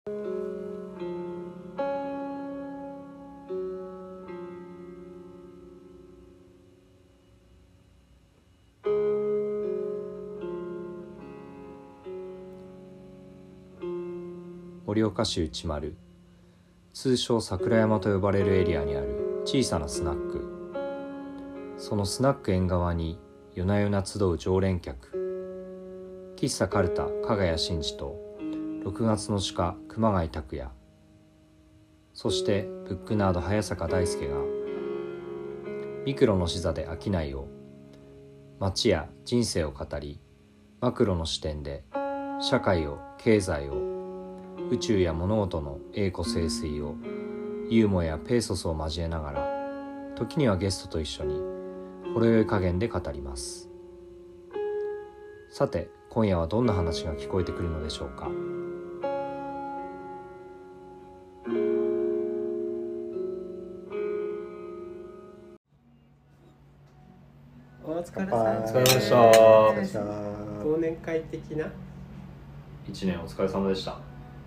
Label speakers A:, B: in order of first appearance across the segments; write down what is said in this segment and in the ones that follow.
A: 盛岡市内丸、通称桜山と呼ばれるエリアにある小さなスナック。そのスナック縁側に夜な夜な集う常連客、喫茶カルタ加賀谷真嗣と6月の鹿熊谷拓也、そしてブックナード早坂大輔がミクロの視座で商いを、街や人生を語り、マクロの視点で社会を経済を、宇宙や物事の栄枯盛衰を、ユーモアやペーソスを交えながら、時にはゲストと一緒にほろ酔い加減で語ります。さて、今夜はどんな話が聞こえてくるのでしょうか。
B: お疲れ様
A: お疲れ様でした。
B: 忘年会的な
A: 1年お疲れ様でした。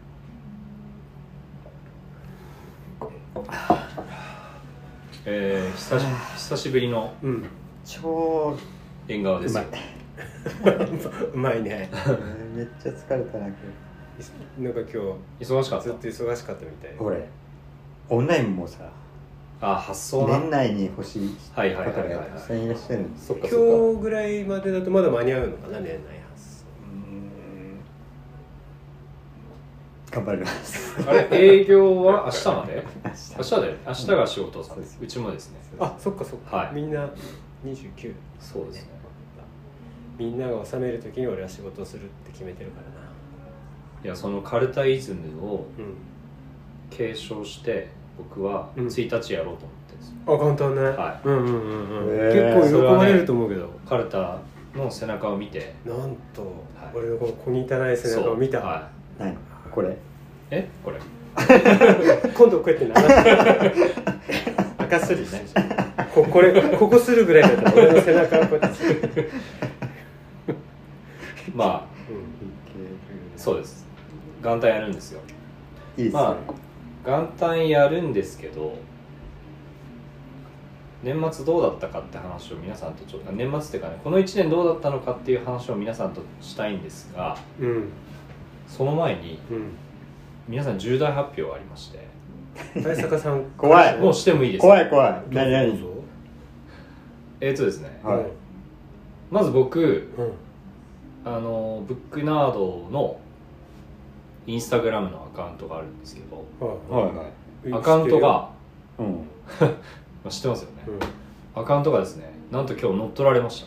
A: 久しぶりの
C: 超
A: 縁側ですよ。
B: うまいね
C: めっちゃ疲れたな今
B: 日。なんか今日
A: 忙しかった。
B: ずっと忙しかったみたい。
C: 俺オンラインもさ
A: 発送な
C: 年内に欲しい方がたくさんいらっしゃるんです。
B: 今日ぐらいまでだとまだ間に合うのかな、年内発送。
C: 頑張ります。
A: あれ、営業は明日まで明日が仕事さ、うちもですね。
B: あ、そっかそっか、
A: はい、
B: みんな29。
A: そうですね。
B: みんなが収めるときに俺は仕事をするって決めてるからな。
A: いや、そのカルタイズムを継承して僕は1日やろうと思ってるんですよ。
B: あ、簡単ね。
A: はい。
B: 結構喜ばれると思うけど、
A: カルタの背中を見て、
B: なんと、俺のこの小汚い背中を見た。
A: はい、
C: 何これ
A: これ
B: 今度こうやって赤すりねここするぐらいだったら俺の背中をこうやって
A: まあ、そうです。元旦やるんですよ。
C: いいですね。
A: 元旦やるんですけど、年末どうだったかって話を皆さんと年末っていうかね、この1年どうだったのかっていう話を皆さんとしたいんですが、その前に、皆さん重大発表がありまして。
B: 早坂さん
C: 怖い。
A: もうしてもいいですか。
C: 怖い。何
A: ですね、
C: はい、
A: まず僕、ブックナードのインスタグラムのアカウントがあるんですけど、アカウントが、知ってますよね、アカウントがですね、なんと今日乗っ取られました。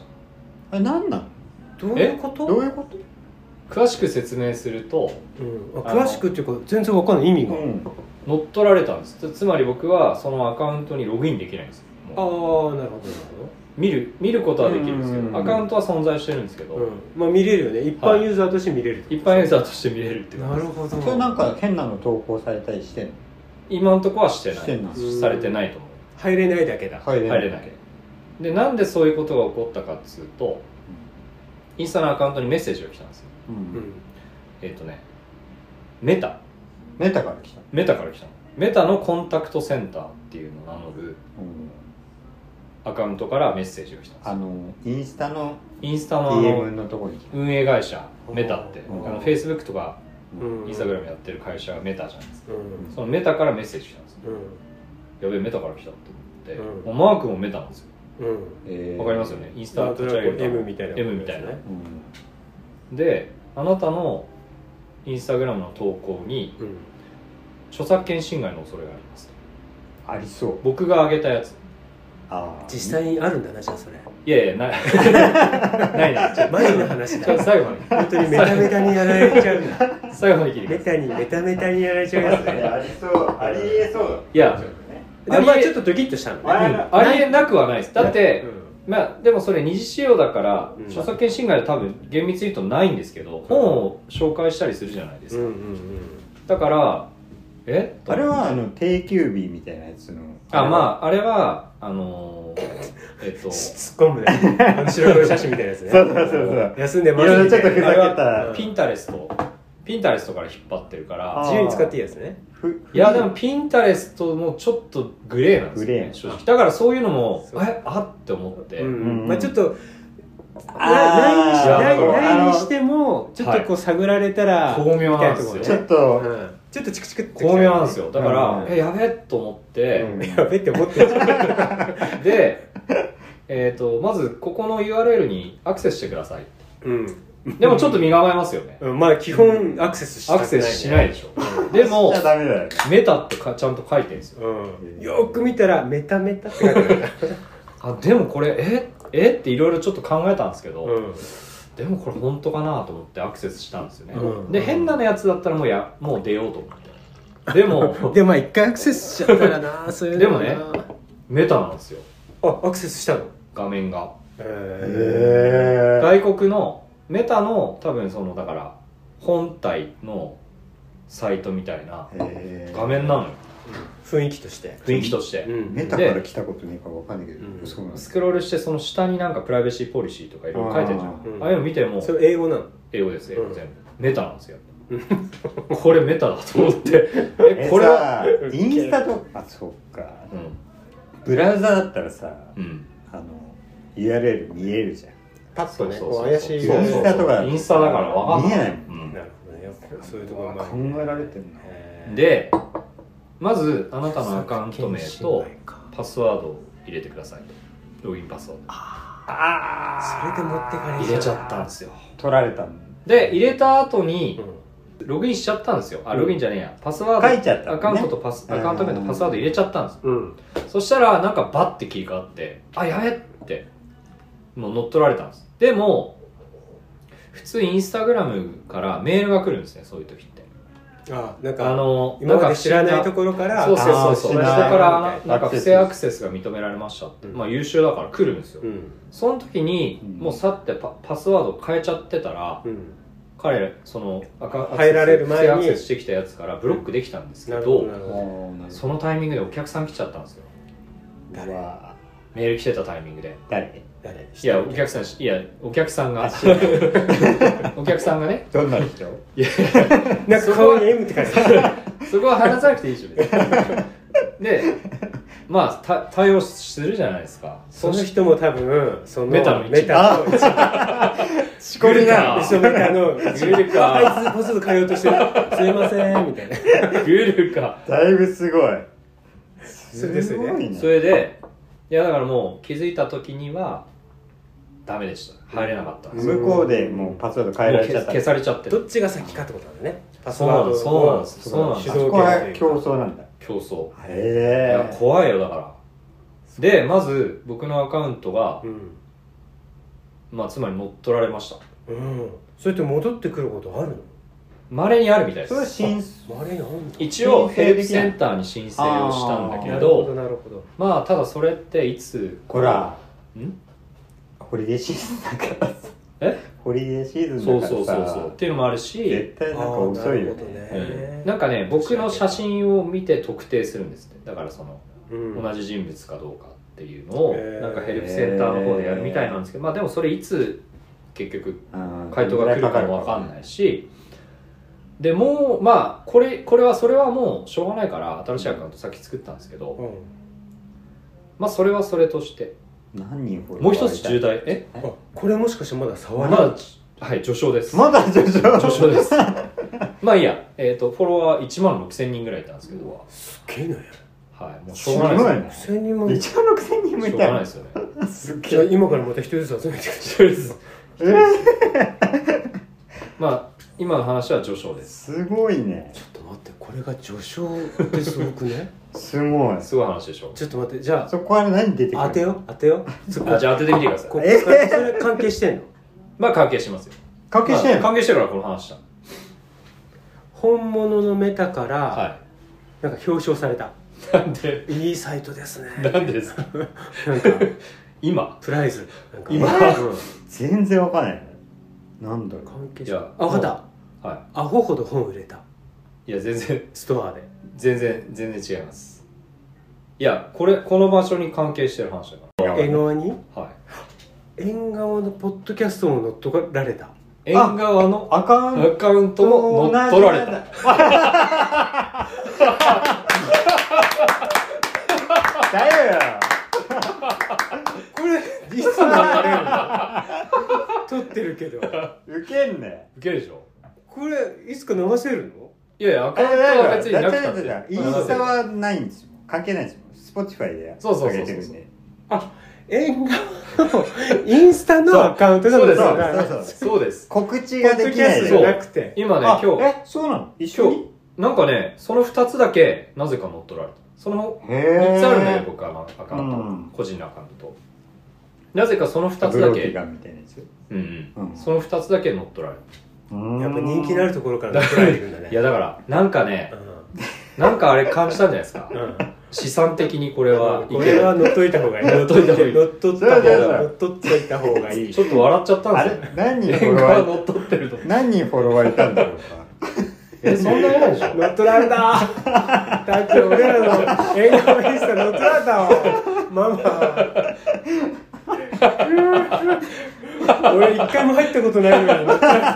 C: 何なの？
B: どういうこと？
A: 詳しく説明すると、
B: 詳しくっていうか全然わかんない、意味が、
A: 乗っ取られたんです。つまり僕はそのアカウントにログインできないんですよ。
B: ああ、なるほど。
A: 見ることはできるんですけど、アカウントは存在してるんですけど、
B: まあ見れるよね。一般ユーザーとして見れる。
A: 一般ユーザーとして見れるっていう。
B: なるほど。
C: それなんか変なの投稿されたりしてんの？
A: 今のところはしてない。されてないと思う。
B: 入れないだけだ。
A: 入れない。で、なんでそういうことが起こったかっつうと、インスタのアカウントにメッセージが来たんですよ。メタから来たの。メタのコンタクトセンターっていうのを名乗るアカウントからメッセージが来たんですよ。インスタの
C: DM のところに
A: 運営会社メタって、Facebook とかインスタグラムやってる会社がメタじゃないですか。そのメタからメッセージ来たんですよ。やべえ、メタから来たって思って、マークもメタなんですよ。わかりますよね。インスタ立ち上げると
B: M みたいな。
A: で、あなたのインスタグラムの投稿に、著作権侵害の恐れがありますと。
C: ありそう。
A: 僕が上げたやつ。
B: 実際にあるんだな、じゃあそれ。
A: いやないな。
B: 前の話だ。
A: 最後まで。
B: 本当にメタメタにやられちゃうんだ。
A: 最後まで聞いてください。
B: メタメタにやられちゃうやつね。
C: ありそう、ありえそう。
A: いや、
B: でもまあちょっとドキッとしたのね。
A: ありえなくはないです。だって、でもそれ二次使用だから、著作権侵害は多分厳密に言うとないんですけど、本を紹介したりするじゃないですか。だから、
C: あれは定休日みたいなやつの。
A: あれは突
B: っ込むね。白黒写真みたいなやつね。
C: そう。
B: 休んでます
C: ちょっとふざけた。
A: ピンタレストピンタレストから引っ張ってるから
B: 自由に使っていいやつね。
A: いやでもピンタレストもちょっとグレーなんですよね正直。だからそういうのもって思って、
B: まあちょっと
C: あ
B: ないにしてもちょっとこう探られたら
A: 巧妙なんですよ。
C: ちょっと
B: チクチクって
A: 巧妙なんですよ。だからやべえと思って
B: やべえって思ってる
A: でまずここの URL にアクセスしてください。でもちょっと身構えますよね。
B: まあ基本アクセスし
A: ないでしょ。でも
C: ダメだよね。
A: メタってちゃんと書いてるんですよ。
B: よく見たらメタメタって書いてある。
A: でもこれっていろいろちょっと考えたんですけど、でもこれ本当かなと思ってアクセスしたんですよね。で変なやつだったらもう出ようと思って。でも
B: まあ一回アクセスしちゃったらなそういうの
A: でもねメタなんですよ。
B: アクセスしたの
A: 画面が。
C: 外
A: 国のメタの多分そのだから本体のサイトみたいな画面なのよ。
B: 雰囲気として
C: メタから来たことねえか分かんないけど、
A: スクロールしてその下になんかプライバシーポリシーとかいろいろ書いてるじゃん。ああいうの見ても
B: それ英語なの？
A: 英語です全部メタなんですよ。これメタだと思ってこれは
C: インスタとかそうか、ブラウザだったらさ、URL 見えるじゃん。
B: パッとね怪しい
C: インスタとか
A: インスタだから分かんない。
B: なるほどね。そういうところ
C: 考えられてる
A: のでまずあなたのアカウント名とパスワードを入れてくださいと。ログインパスワード
B: それで持ってかれ
A: 入れちゃったんですよ。
C: 取られたん
A: で入れた後にログインしちゃったんですよ。ログインじゃねえやパスワード
C: 書いちゃった
A: アカウントとアカウント名とパスワード入れちゃったんですよ。そしたらなんかバッて切り替わってやべってもう乗っ取られたんです。でも普通インスタグラムからメールが来るんですねそういう時って。
B: なんか今まで知らないところから
A: そう人からなんか不正アクセスが認められましたって、優秀だから来るんですよ。その時にもうさってパスワード変えちゃってたら、彼その
B: 入られる前に
A: 不正アクセスしてきたやつからブロックできたんですけど、そのタイミングでお客さん来ちゃったんですよ。
B: 誰？
A: メール来てたタイミングでいやお客さんがお客さんがね
C: どんな人？
B: いやなんか顔に M って書いてある。
A: そこは話さなくていいでしょでまあ対応するじゃないですか。
B: その人も多分その
A: メタの
C: しこりな
B: メタのグルかあいつポスト変えようとしてるすいませんみたいな
A: グルか
C: だいぶすごい。
B: そ
A: れでいやだからもう気づいた時にはダメでした。入れなかったんです。
C: 向こうでもうパスワード変えられちゃった。
A: 消されちゃって
B: どっちが先かってことなんだね。パス
A: ワードをそうなんです。
C: そこは競争なんだ。
A: 競争。
C: へ
A: え。怖いよだから。でまず僕のアカウントが、まあつまり乗っ取られました。
B: それって戻ってくることあるの？
A: 稀にあるみたいです。
B: それ
A: 一応ヘルプセンターに申請をしたんだけど、
B: なるほど。
A: まあただそれっていつ
C: ほらホリデーシーズンだからさ。ホリデーシーズンだからさ。
A: そうっていうのもあるし、
C: 絶対なんか遅いよ
A: ね。なんかね僕の写真を見て特定するんですって。だからその同じ人物かどうかっていうのをなんかヘルプセンターの方でやるみたいなんですけど、まあでもそれいつ結局回答が来るかも分かんないし、でもうまあこれはそれはもうしょうがないから新しいアカウントさっき作ったんですけど、まあそれはそれとして
C: 何人
A: もう一つ重大
B: これもしかしてまだ触り
A: はい序章です。
C: まだ序
A: 章ですまあいいやフォロワー1万6000人ぐらいいたんですけど、
B: すげえね。
A: はい、もうしょうがない
C: ですよね。1万6000人もいた。
A: しょうがないですよね。
C: すげえ。
B: 今からまた一人ずつ集めて
A: まあ今の話は序章です。
C: すごいね。
B: ちょっと待って、これが序章ってすごくね。
C: すごい
A: 話でしょ。
B: ちょっと待って、じゃあ
C: そこは何出てくる？
B: 当てよ
A: じゃあ当ててみてください。
B: それ関係してんの？
A: まあ関係しますよ。
C: 関係してんの？
A: 関係してからこの話した。
B: 本物のメタからなんか表彰された。
A: なんで？
B: いいサイトですね。
A: なんでですか？
B: なんか
A: 今
B: プライズ
A: 今
C: 全然わかんない。なんだろう。
B: 関係者。あ、分かった。はい。アホほど本売れた。
A: いや全然
B: ストアで。
A: 全然違います。いやこの場所に関係してる話だから。
B: 縁側に？
A: はい。
B: 縁側のポッドキャストも乗っ取られた。
A: 縁側の
C: アカウン
A: アカウントも乗っ取られた。
C: だよ
B: これいつ流れるの？撮ってるけど
C: ウケんね。
A: ウケるでしょ。
B: これいつか流せるの？
A: いやいや、アカウントは別になくたって
C: インスタはないんですよ。関係ないんですよ。Spotify で
A: そうそうそうそう
C: 上げてるんで。
B: あ、縁側のインスタのアカウントが
A: そうです
C: そう
A: そうです。
C: 告知ができない
B: ポッドキャストじゃなくて
A: 今ね、
C: あ
A: 今日
C: そうなの？一緒に？
A: なんかね、その2つだけなぜか乗っ取られた。その3つあるんだよ、僕はアカウント、
C: うん、
A: 個人のアカウントと。なぜかその2つ
C: ブロ
A: だけ、
C: キガンみたいなやつ。
A: その2つだけ乗っ取られた。
B: やっぱ人気のあるところから乗られてるんだね。
A: いやだからなんかね、なんかあれ感じたんじゃないですか。資産的にこれは
B: これは乗っといた方がいい。乗っといた方がいい。乗っ取った方が乗っ取っといた方がいい。
A: ちょっと笑っちゃったんですよね。
C: 何人フォロワー
A: 乗っ取ってると。
C: 何人フォロワーいたんだろうか。
A: そんなにないでしょ。
B: 乗っ取られた。だって俺らの映画のインスタ乗っ取られたわ。ママ。俺一回も入ったことないのに。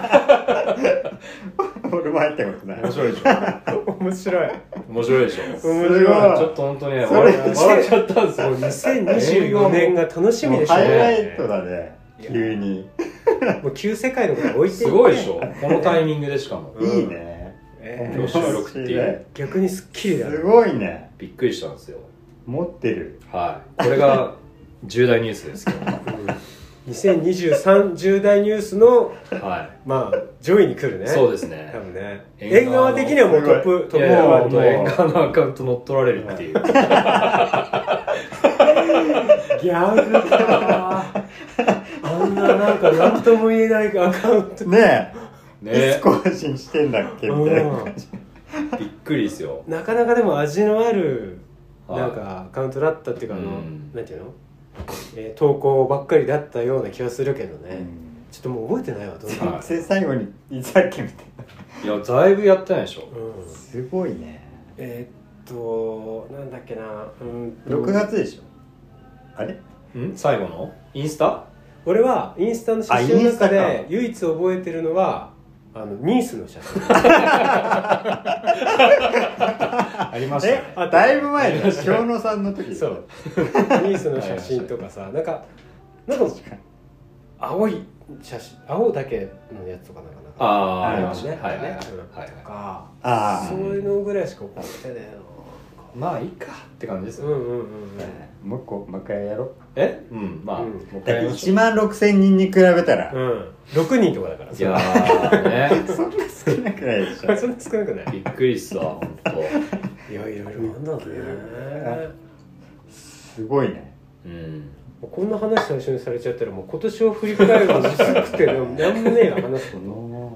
C: 俺も入ったことない。
A: 面白いでしょ。
B: 面白い。
A: 面白いでしょ。
B: 面白い。
A: ちょっと本当にね、笑っちゃったんですよ。
B: 2024年が楽しみでしょ。
C: ハイライトだね。急に。
B: もう旧世界のこと置いていって。
A: すごいでしょ。このタイミングでしかも。
C: いいね。
A: 今日収録っていう。
B: 逆にスッキリだね。
C: すごいね。
A: びっくりしたんですよ。
C: 持ってる。
A: はい。これが重大ニュースですけど。
B: 2023重大ニュースの、
A: はい、
B: まあ上位に来るね。
A: そうですね。
B: 多分ね。縁側的にはもうトップ
A: いやいやもう縁側のアカウント乗っ取られるっていう。
B: ギャグか。あんななんか何とも言えないアカウント。
C: ね
A: え。
C: いつ更新してんだっけみたいな感じ。
A: びっくりですよ。
B: なかなかでも味のあるなんかアカウントだったっていうかなんていうの？投稿ばっかりだったような気がするけどね、ちょっともう覚えてないわ。どう
C: 全然最後にいつだっけみたい
A: な。いやだいぶやってないでしょ、
C: すごいね。
B: なんだっけな、
C: 6月でしょあれ？
A: 最後のインスタ？
B: 俺はインスタの写真の中で唯一覚えてるのはニースの写真。
A: ありましたね。
C: だいぶ前だよ。京野さんの時。
B: そう。ニースの写真とかさ、なんか青い写真、青だけのやつとかなんか
A: ありましたね。はいはい
B: とか、そういうのぐらいしか覚えてねえな。
A: まあいいかって感じですよ。
C: もう一回やろう。
A: まあもう一回やりましょう。
C: 16,000人に比べたら
B: 6人とかだから。
A: いやーね。
C: そんな少なくないでしょ。
B: そんな少なくない。
A: びっくりっすわ本当。
B: いやいろいろあんだね。
C: すごいね。
B: こんな話最初にされちゃったらもう今年を振り返るのにしたくて何もねえよ話すこと。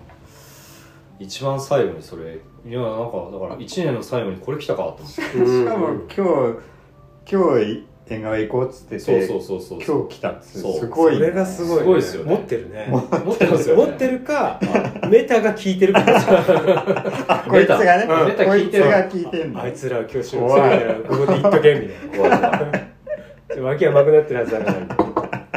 A: 一番最後にそれいやなんかだから1年の最後にこれ来たかと思って。
C: しかも今日縁側行こうっつってて
A: そう
C: 今日来たっつってすごい。
B: それがすごい。
A: すごいですよね。
B: 持ってるね。
A: 持ってますよね。
B: 持ってるかメタが聞いてるか。
C: こいつがね。
A: メタ聞いてる。
C: こいつが聞いてんの。
B: あいつら今日収録するからここで言っとけみたいな。脇甘くなってるはずだから。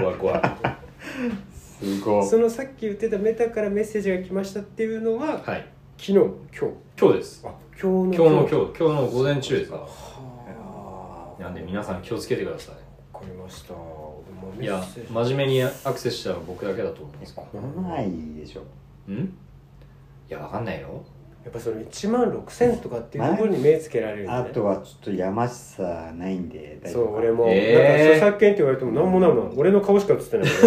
A: 怖い。
C: すごい。
B: そのさっき言ってたメタからメッセージが来ましたっていうのは、昨日今
A: 日です。
B: 今日
A: の午前中ですか。なんで皆さん気をつけてください。
B: わかりました。
A: いや真面目にアクセスしたのは僕だけだと思うんですけど。
C: 来ないでしょ。
A: いやわかんないよ。
B: やっぱその16,000とかっていうところに目つけられるんで、ね、
C: あとはちょっとやましさないんで
B: 大丈夫。そう俺も、なんか著作権って言われても何もないもん。俺の顔しか映ってない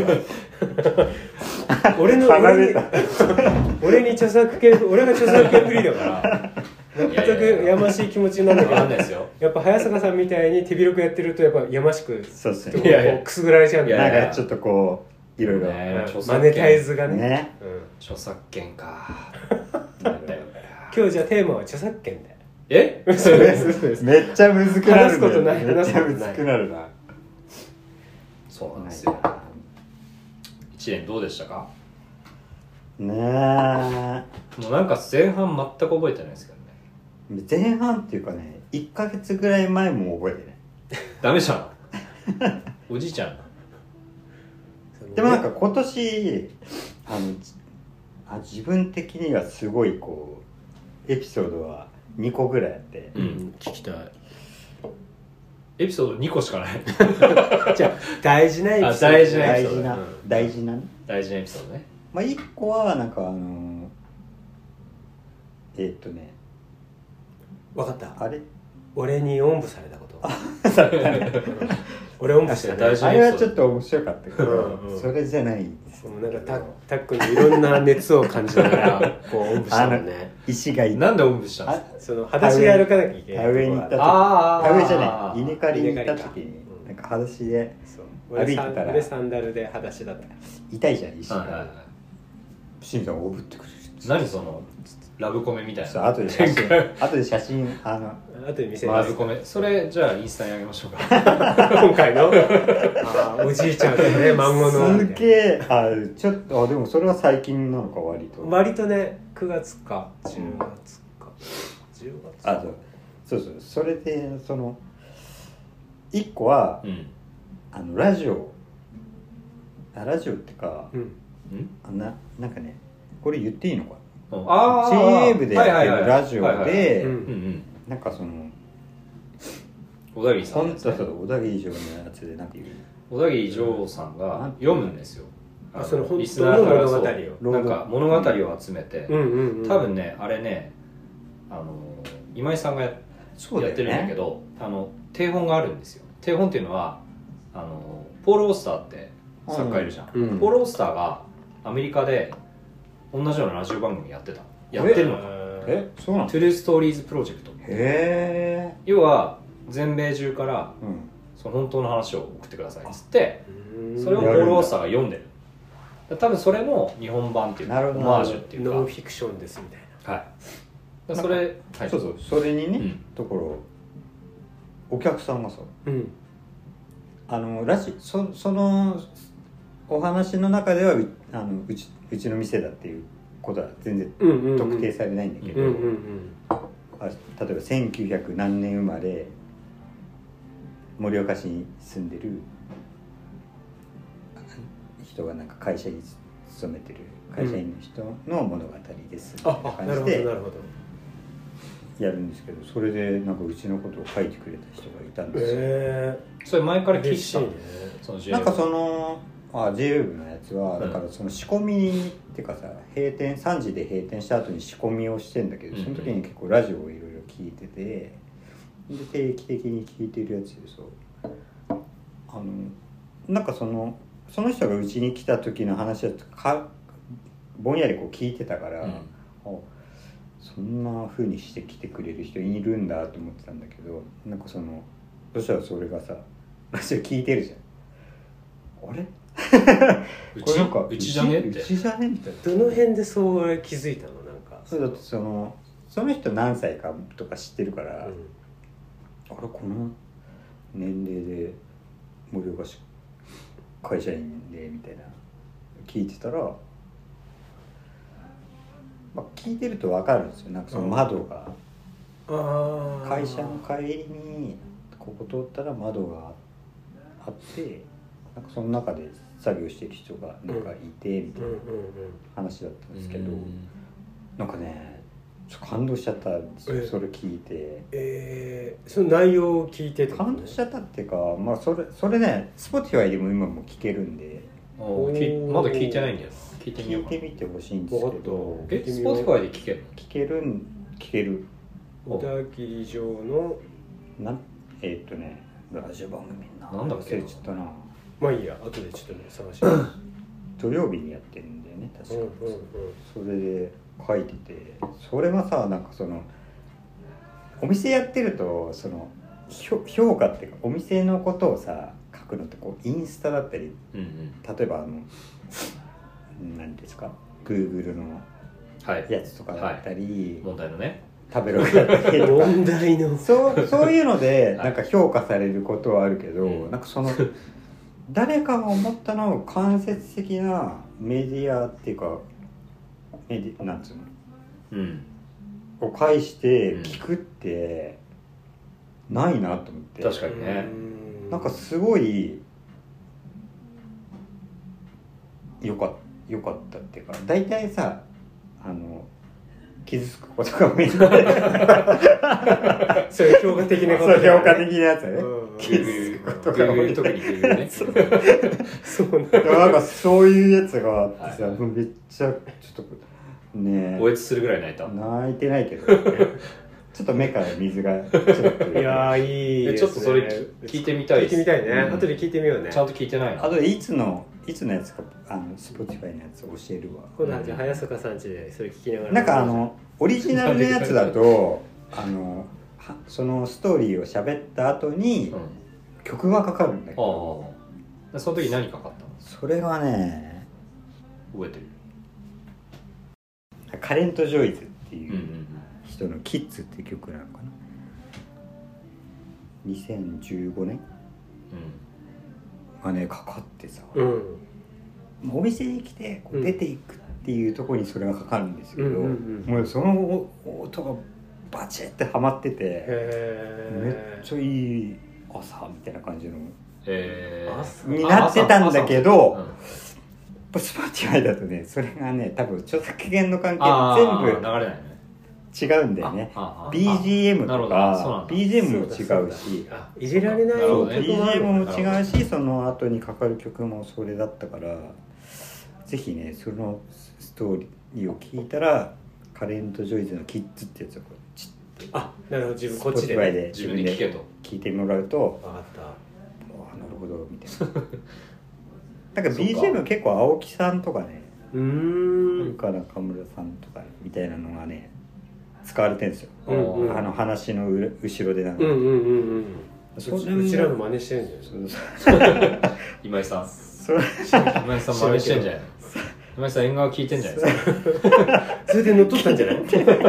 B: 俺に著作権俺が著作権フリーだから全くやましい気持ちになるんだけど、やっぱ早坂さんみたいに手広くやってるとやっぱやましく
C: そうですね。
B: くすぐられちゃうんだよ。
C: なんかちょっとこういろいろ
B: マネタイズがね。
A: 著作権か。
B: 今日じゃあテーマは著作権で。
C: めっちゃむずくなる。
B: 話すことない。
C: めっちゃむずくなるな。
A: そうなんですよ。1年どうでしたか？
C: ねえ。
A: もうなんか前半全く覚えてないですけど
C: ね。前半っていうかね、1ヶ月ぐらい前も覚えてない。
A: ダメじゃん。おじいちゃん。
C: でもなんか今年自分的にはすごいこうエピソードは2個ぐらいあって、
B: 聞きたい。
A: エピソード2個しかない
B: じゃあ大事なエピソード。
A: 大事なエピソード、
C: 大事な
A: エピソードね。
C: まあ1個はなんか
B: 分かった。
C: あれ
B: 俺におんぶされたこと俺おんぶしてた。
C: あれはちょっと面白かったけど、それじゃないです。
B: なんかタックにいろんな熱を感じながらこうおんぶしたもんね。
C: 石が
A: なんでおんぶしたんですか？
B: その裸足で歩かなきゃいけない。
C: 田植えに行った時、田植えじゃない稲刈りに行った時になんか裸足で歩いてたら、
B: 俺サンダルで裸足だった。
C: 痛いじゃん石が。清水さんおぶってくれる。
A: 何そのラブコメみたいな。
C: そう、後で写真
B: 後で見せ
A: ラブコメ。それじゃあインスタにあげましょうか。
B: 今回のおじいちゃんとね、孫の
C: すげえちょっとでもそれは最近なのか割と
B: ね、9月か10月か10月
C: そうそれでその1個は、ラジオってか、なんかね、これ言っていいのかな、JA でやってるラジオでなんかその
A: 小田切さん、
C: 本当そう小田切城のやつでなんか
A: 小田切城さんが読むんですよ。
B: その本
A: リス
B: 当の
A: ナーから
B: 物語を
A: なんか物語を集めて、多分ねあれね今井さんがやってるんだけど、定本があるんですよ。定本っていうのはポール・オースターって作家いるじゃん、ポール・オースターがアメリカで同じようなラジオ番組やってるのか。
C: そうなの？
A: トゥルーストーリーズプロジェクト。要は全米中から、その本当の話を送ってくださいっつって、それをポール・オースターが読んでる。多分それの日本版っていうかオマージュっていうか
B: ノンフィクションですみたいな。
A: はい。それ、
C: そうそれにね、ところお客さんがさ、そのお話の中ではうちの店だっていうことは全然特定されないんだけど、例えば1900何年生まれ盛岡市に住んでる人がなんか会社に勤めてる会社員の人の物語ですみたいな感じでやるんですけど、それでなんかうちのことを書いてくれた人がいたんですよ。
A: それ前から聞いてた
C: なんかそのJWEB のやつはだからその仕込みっていうかさ、3時で閉店した後に仕込みをしてんだけど、その時に結構ラジオをいろいろ聞いてて、で定期的に聞いてるやつでなんかその人がうちに来た時の話だとぼんやりこう聞いてたから、そんな風にして来てくれる人いるんだと思ってたんだけど、なんかそしたらそれがさラジオ聞いてるじゃん。あれ
A: うちじゃねって
C: うちじゃねみたいな。
B: どの辺でそう気づいたの？なんか
C: そうだってその人何歳かとか知ってるから、あれこの年齢で盛岡市会社員でみたいな聞いてたら、聞いてると分かるんですよ。なんかその窓が、会社の帰りにここ通ったら窓があって、なんかその中で作業してる人がなんかいてみたいな話だったんですけど、なんかねちょっと感動しちゃったんですよ。それ聞いて、
B: その内容を聞いて
C: 感動しちゃったっていうか、それね Spotify でも今も聞けるんで、
A: まだ聞いてないんだよ。聞いて
C: みてほしいんですけど。
A: Spotify で聞けるの？
C: 聞ける。
B: 小田切城の
C: ラジオ番組
A: なんだっけ？
C: 忘れちゃったな。
B: まあいいや、後でちょっと探して。
C: 土曜日にやってるんだよね確か。それで書いてて、それはさなんかそのお店やってるとその評価っていうかお店のことをさ書くのってこうインスタだったり、例えば何ですか Google のやつとかだったり、
A: 問題のね
C: 食べログだったり
B: 問題の
C: そういうのでなんか評価されることはあるけど、なんかその誰かが思ったのを間接的なメディアっていうかなんつうの、を介して聞くってないなと思って。
A: 確かにね。
C: なんかすごい良かったっていうか、大体さ傷つくことが多いので
B: そういう評価的なこと
C: そう評価的なやつね、
A: 傷つくことが多い、特にグーグルね。
B: そうなん
C: でもなんかそういうやつがあってさ、
A: はい
C: めっちゃちょっとね
A: おえつするぐらい泣いた。
C: 泣いてないけどちょっと目から水がちょっと
B: いやーいいですね。
A: ちょっとそれ聞いてみたいです。
B: 聞いてみたいね、
A: うん
B: 後で聞いてみようね。
A: ちゃんと聞いてないの。
C: あといつのやつかSpotify のやつ教えるわ。
B: 今度はじゃあ早坂さん家でそれ聞きながら、
C: なんかオリジナルのやつだとそのストーリーを喋った後に
A: うん、
C: 曲がかかるんだけど、
A: ああ、その時何かかったの？
C: それがね
A: 覚えてる？
C: カレント・ジョイズって
A: うんう
C: いうん人の「キッズ」っていう曲なのかな、2015年がねかかってさ、
B: うん
C: お店に来てこう出ていくっていうところにそれがかかるんですけど、
B: うんうんうん
C: もうその音がバチッてハマってて、めっ
B: へ
C: ちゃいい朝みたいな感じの
A: 朝
C: になってたんだけど、
A: うん
C: スパティファイだとねそれがね多分著作権の関係
A: あー
C: で全部
A: 流れないね。
C: 違うんだよね。
A: あ
C: BGM
A: なるほ
C: とか
A: どそうなんだ
C: BGM も違うし、
B: あいじられない
A: なるほどね
B: 曲もある
C: BGM も違うし、その後にかかる曲もそれだったから、ぜひねそのストーリーを聞いたらカレント・ジョイズのキッズってやつをこうチッ
B: あなるほど自分こっちで、
C: Spotify で
A: 自分で聞けと。
C: 聞いてもらうと、
B: 分かった
C: ああなるほどみたいな。なんか
A: そうか
C: BGM 結構青木さんとかね、
B: うーん
C: 古川中村さんとかみたいなのがね使われてるんですよ、
B: うんうん
C: 話の後ろでなんか、
B: うんうんうんうん
C: それ
B: うちらの真似してるんじゃない
C: そう
A: 今井さん。
C: それ
A: 今井さん真似してんじゃない？今井さん縁側聞いてんじゃないですか？
B: それで乗っ取ったんじゃない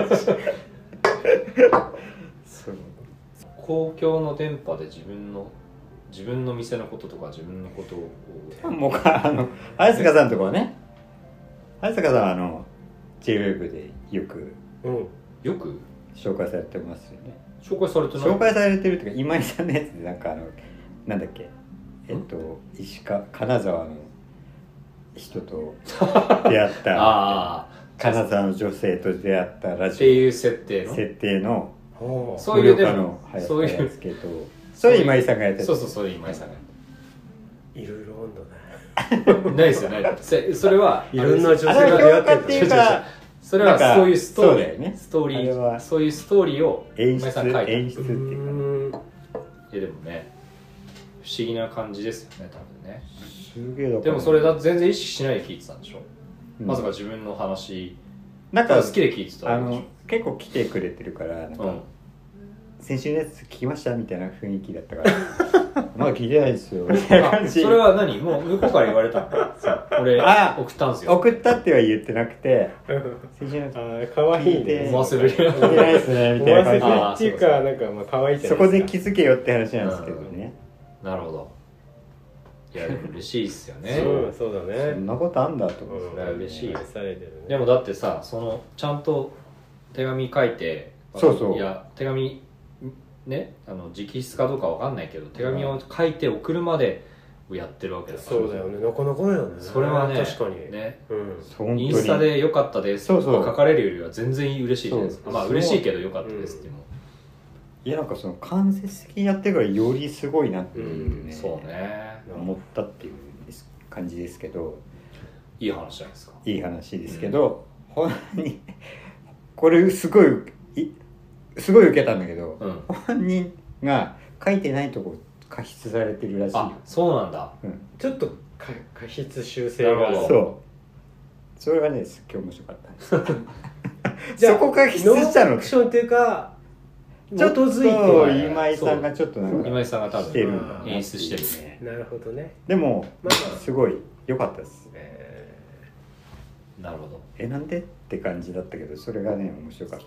C: そう
A: 公共の電波で自分の店のこととか自分のことを
C: もう早坂さんとかはね、早坂さんはJ-WEB でよく
B: うん
A: よく
C: 紹介されてますよね。
A: 紹介されてない。
C: 紹介されてるっていうか今井さんのやつでなんかなんだっけ金沢の人と出会った
A: ああ
C: 金沢の女性と出会ったラジ
A: っていう設定の
C: オ設定の
B: はあ
A: そういうで
C: 盛岡の
A: も
C: 流行
A: そういう
C: ったやつけど、それ今井さんがやってた。
A: そうそうそう今井さんが
B: いろいろ温度ね
A: ないですよないそれはい
B: ろんな女性
C: あれ
B: が
C: は評価って
B: 出会ってる
C: いうか
A: それは
C: なんか
A: そういうストーリー
C: そうだよね
A: ストーリ
C: あれは
A: ーそういうストーリーを
C: 演
A: 今井さん書いて
C: 出っていうかね、
A: でもね不思議な感じですよね多分ね。
C: すげえだから
A: でもそれだと全然意識しないで聞いてたんでしょ、
C: うん
A: まさか自分の話
C: なんか
A: 好きで聞いてたわけでしょ。
C: 結構来てくれてるからなんか、
A: うん
C: 先週のやつ聞きましたみたいな雰囲気だったからまだ聞いてないですよみたいな
A: あ
C: 感じ。
A: それは何もう向こうから言われたの俺
C: あ
A: 送ったんですよ。
C: 送ったっては言ってなくて、先週のやつ
B: あかわいいね
A: 思わせぶり
C: 聞いてないですねみ
B: 思
C: たいな感
B: わせぶりっていうかなんかまあ可愛いじ
C: じで、
B: ゃないですか
C: そこで気づけよって話なんですけどね、
A: なるほど。いやでも嬉しいっすよね。
B: うんそうだ
C: そ
B: ね
C: んなことあんだと思って、
A: それは嬉しい
B: 愛されてるね
A: でもだってさちゃんと手紙書いて
C: そうそう
A: いや手紙ね直筆かどうかわかんないけど手紙を書いて送るまでをやってるわけだから
B: そうだよねなかなかだよね
A: それはね
B: 確かに
A: ね
B: うん
C: 本当に
A: インスタで良かったですと
C: そうそう
A: か書かれるよりは全然嬉しいじゃないですか。
C: そう
A: まあ嬉しいけど良かったですっていうのも、
C: いやなんかその間接的にやってるからよりすごいなっていうね、
A: そうね
C: 思ったっていう感じですけど、
A: いい話じゃないですか。
C: いい話ですけど、本当にこれすごい受けたんだけど、
A: うん
C: 本人が書いてないとこ加筆されてるらしいよ。
A: あそうなんだ。
B: ちょっと過筆修正
A: なるほど
B: がある
C: そうそれがねすっげえ面白かったです
B: じゃあ
C: そこ加筆したの
B: ノンフィクションっていうか基
C: ちょっと
B: づいて
C: 今井さんがちょっとなんか
A: 今井さんが多
C: してるんだ
A: 分演出してる
C: ね。
B: なるほどね
C: でも
B: まあ
C: すごい良かったです。
A: なるほど。
C: なんでって感じだったけど、それがね面白か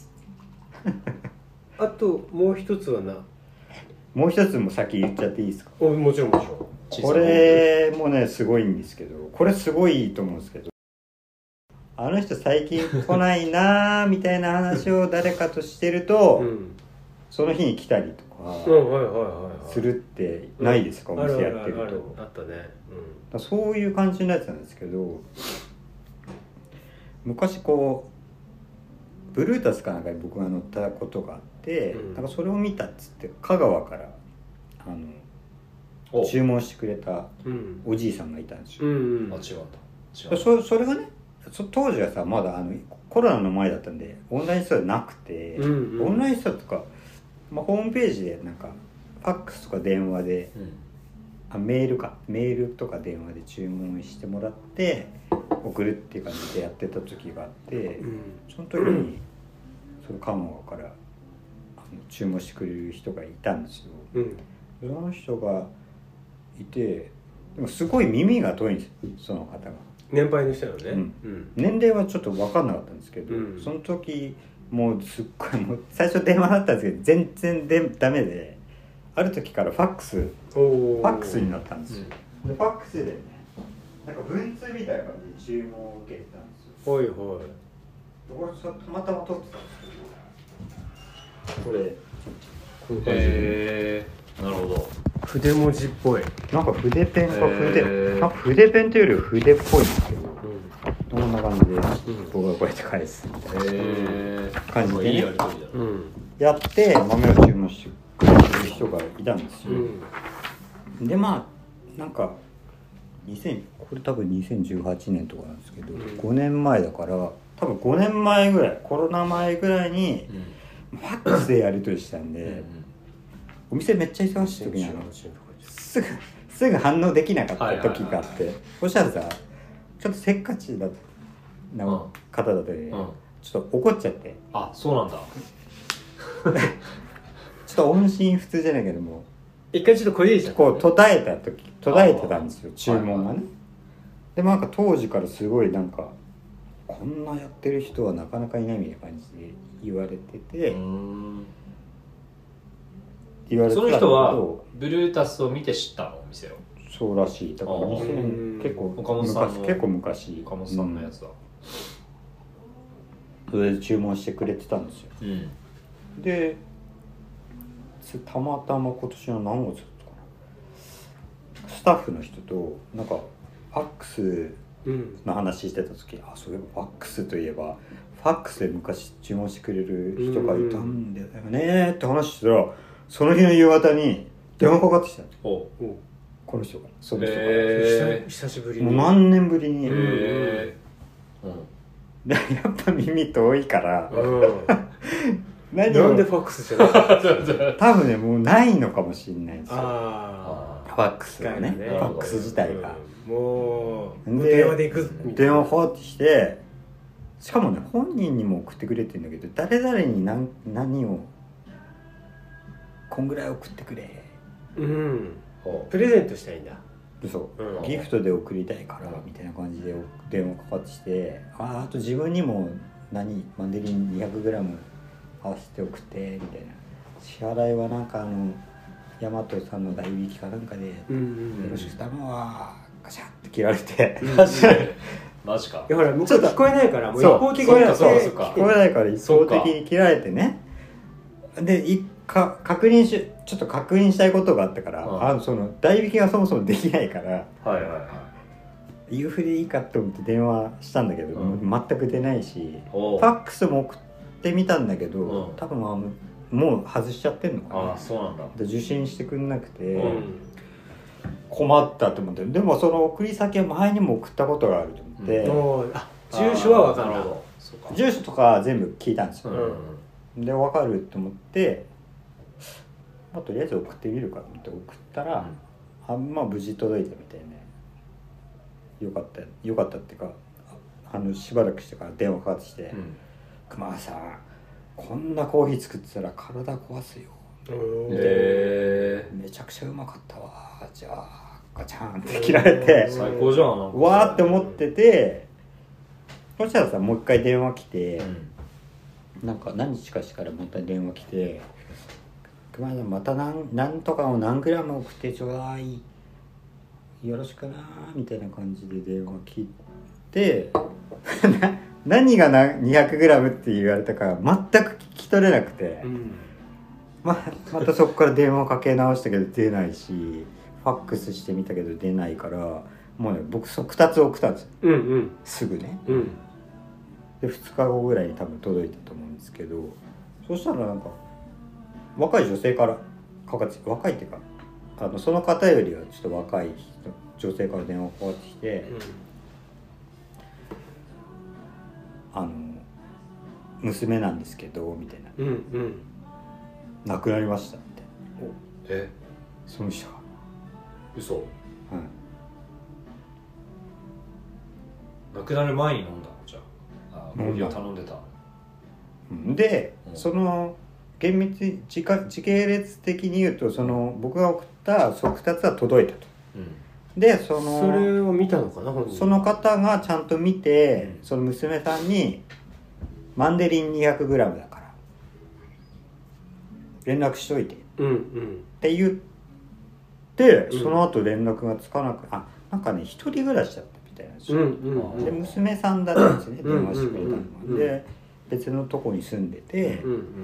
C: った。
B: あともう一つはな
C: もう一つも先言っちゃっていいですか。
B: もちろんもちろん
C: これもねすごいんですけど、これすごいと思うんですけど、あの人最近来ないなーみたいな話を誰かとしてると、
B: うん
C: その日に来たりとか
B: うんはいはいはいはい
C: するってないですか、お店やってると。
B: あるあったね
C: そういう感じのやつなんですけど、 昔こうブルータスかなんかに僕が乗ったことがあって、なんかそれを見たっつって香川から注文してくれたおじいさんがいたんですよ、
A: あ、違った
C: それがね、当時はさまだコロナの前だったんでオンラインストアなくて、オンラインストアとか、ホームページでなんかファックスとか電話で、メールとか電話で注文してもらって送るっていう感じでやってた時があって、その時にその香川から注文してくれる人がいたんですよ、その人がいて、でもすごい耳が遠いんですよ、その方が。
B: 年配の人なのね、
C: 年齢はちょっと分かんなかったんですけど、その時もうすっごいもう最初電話だったんですけど全然ダメで、ある時からファックスになったんですよ、でファックスでね、なんか文通みたいな感じで注文を受けてたんですよ。
B: ほいほい。
C: これたまたま撮ってたんですけど、これこういう感じで、
A: なるほど。
B: 筆文字っぽい。
C: なんか筆ペンかなんか筆ペンというより筆っぽいんですけど、こんな感じで僕がこうやって返すみたいな感じでね、やって豆を注文してくれる人がいたんですよ、でなんかこれ多分2018年とかなんですけど、5年前だから多分5年前ぐらい、コロナ前ぐらいにファックスでやり取りしたんで、お店めっちゃ忙しい時にすぐ反応できなかった時があって、そしたらさちょっとせっかちな方だったり、ちょっと怒っちゃって、
A: あ、そうなんだ
C: ちょっと音信不通じゃないけども
B: 一回ちょっと小入れちゃった、
C: こう途絶えてたんですよ、注文がね、でもなんか当時からすごいなんかこんなやってる人はなかなかいないみたいな感じで言われてて、
A: その人はブルータスを見て知ったの、お店を。
C: そうらしい。だから2000結構
A: 岡本さんの
C: 結構昔
A: 岡本さんのやつだ、
C: それで注文してくれてたんですよ、でたまたま今年の何月だったかな、スタッフの人となんかファックスの話してた時、そういえばファックスといえばファックスで昔注文してくれる人がいたんだよねって話したら、その日の夕方に電話かかってきたの、この人が、その人が、
B: 久しぶりに、
C: もう何年ぶりに、でやっぱ耳遠いから、
B: なんでファックスじゃなかった
C: 多分ねもうないのかもしれないんですよ、フ
B: ァ
C: ックスがね、ファックス自体が、
B: もう
C: で
B: 電話で行くみたいな、
C: 電話かかってきて、しかもね本人にも送ってくれてるんだけど、誰々に何をこんぐらい送ってくれ、
B: プレゼントしたいんだ、
C: ギフトで送りたいからみたいな感じで電話かかってきて、あと自分にもマンデリン 200g 合わせて送ってみたいな、支払いはなんか大和さんの代引きかなんかでよろしく頼むわ、ガシャって切られて、
A: マジか。
B: いやほら向こう聞こえないから、もう一方的に
C: 聞こえないから一方的に切られてね、でちょっと確認したいことがあったから、その代引きがそもそもできないから、郵付でいいかと思って電話したんだけど、全く出ないし、ファックスも送ってみたんだけど、多分もう外しちゃってんのかな、
A: そうなんだ、
C: で受信してくんなくて、困ったと思って、でもその送り先は前にも送ったことがあると思って、
B: 住所は分かんない、
C: 住所とか全部聞いたんですよ、で分かると思って、とりあえず送ってみるかと思って送ったら、無事届いたみたいね、よかったっていうか、しばらくしてから電話かかってきて、熊谷さんこんなコーヒー作ってたら体壊すよみたいな、めちゃくちゃうまかったわ、じゃあガチャンって切られて、
A: 最高じゃん、
C: わーって思ってて、そしたらさもう一回電話来て、なんか何日かしてからまた電話来て、熊谷さんまた何とかを何グラム送ってちょうだい、よろしくなみたいな感じで電話切って何が200g って言われたか全く聞き取れなくて、またそこから電話かけ直したけど出ないし、ファックスしてみたけど出ないから、もうね僕2つ送ったんですよ、すぐね、 で2日後ぐらいに多分届いたと思うんですけど、そしたらなんか若い女性から若いっていうかその方よりはちょっと若い女性から電話かかってきて、娘なんですけどみたいな、亡くなりましたみたいな。その人が
A: 嘘。
C: はい、
A: 亡くなる前に飲んだの？じゃあコーヒーを頼んでた。で、
C: その厳密時系列的に言うと、その僕が送った速達は届いたと、でそ
B: れを見たのかな、
C: その方がちゃんと見て、その娘さんにマンデリン 200g だから連絡しといて、って言って、その後連絡がつかなく、なんかね一人暮らしだったみたいなんですよ、で娘さんだったんですね、電話してくれたのが、で別のとこに住んでて、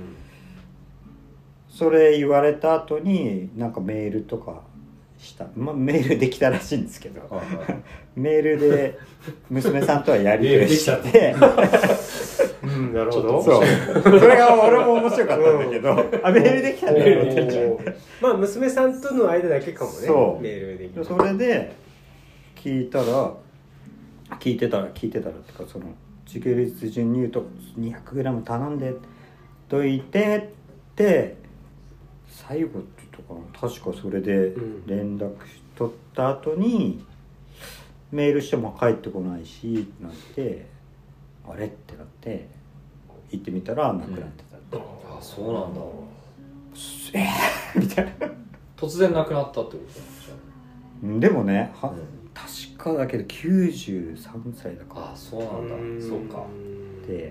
C: それ言われた後になんかメールとかした、メールできたらしいんですけどメールで娘さんとはやり取りして
B: なるほど。
C: それが俺も面白かったんだけど、メールできたねって
B: 娘さんとの間だけかもね。
C: そう
B: メールできた。
C: それで聞いてたらっていうか、その時系列順に言うと 200g 頼んでといてって最後って言ったかな、確かそれで連絡取った後に、メールしても帰ってこないしってなって、あれってなって行ってみたら亡くなってたって、
A: あ、そうなんだ。
C: みたいな。
A: 突然亡くなったってことなん
C: でもね、確かだけど93歳だから。
A: あ、そうなんだ。そうか
C: って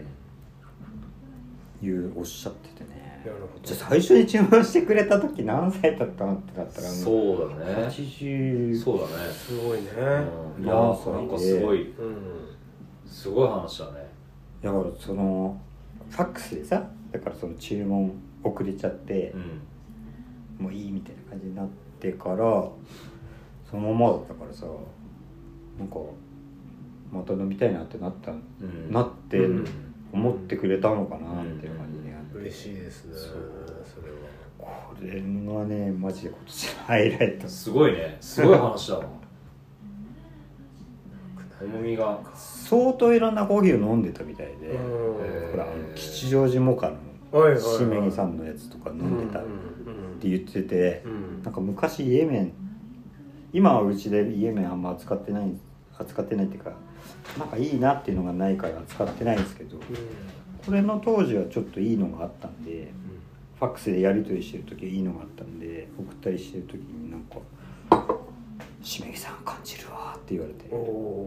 C: おっしゃっててね。
B: なるほど。
C: じゃあ最初に注文してくれた時何歳だったのってなったら、
A: そうだね、
C: 80、
A: そうだね、
B: すごいね。
A: いやなんかすごい、すごい話だね。
C: だからそのファックスでさ、だからその注文遅れちゃって、もういいみたいな感じになってからそのままだったからさ、なんかまた飲みたいなってなって、思ってくれたのかなっていう感じで、
B: 嬉しいですね。それは
C: これがねマジで今年のハイライト。
A: すごいね、すごい話だわ。重みが
C: 相当いろんなコーヒーを飲んでたみたいで、ほら吉祥寺モカのしめぎさんのやつとか飲んでたって言ってて、なんか昔イエメン、今はうちでイエメンあんま扱ってないっていうか、なんかいいなっていうのがないから扱ってないんですけど、これの当時はちょっといいのがあったんで、ファックスでやり取りしてる時はいいのがあったんで、送ったりしてる時になんか「しめぎさん感じるわ」って言われて、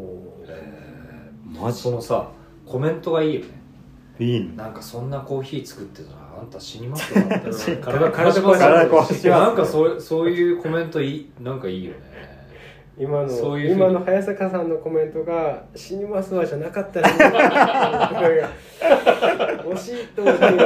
C: マジ
A: そのさコメントがいいよね。
C: いいの、
A: なんかそんなコーヒー作ってたらあんた死にますよって
C: 体壊します。
A: なんかそういうコメントなんかいいよね。
B: 今の早坂さんのコメントが「死にますわ」じゃなかったら惜しいと思う。体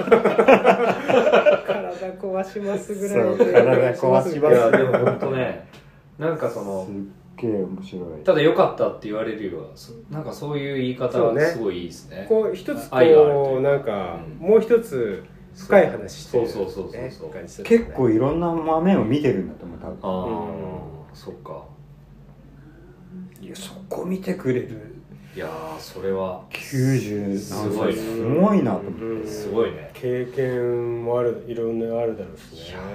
B: 壊しますぐらいで
C: 体壊します。
A: いやでも本当ね、なんかその
C: すっげえ面白い。
A: ただ良かったって言われるよりは、なんかそういう言い方がすごいいいですね。
B: こう一つこうなんかもう一つ深い話してる。
A: そう
C: 結構いろんな豆を見てるんだと思う多分。
A: ああ、そっか。
C: いやそこ見てくれる。
A: いやーそれは
C: 90
A: すごいね。
C: すごいなと思って。
A: すごいね。
B: 経験もいろんなあるだろうしね。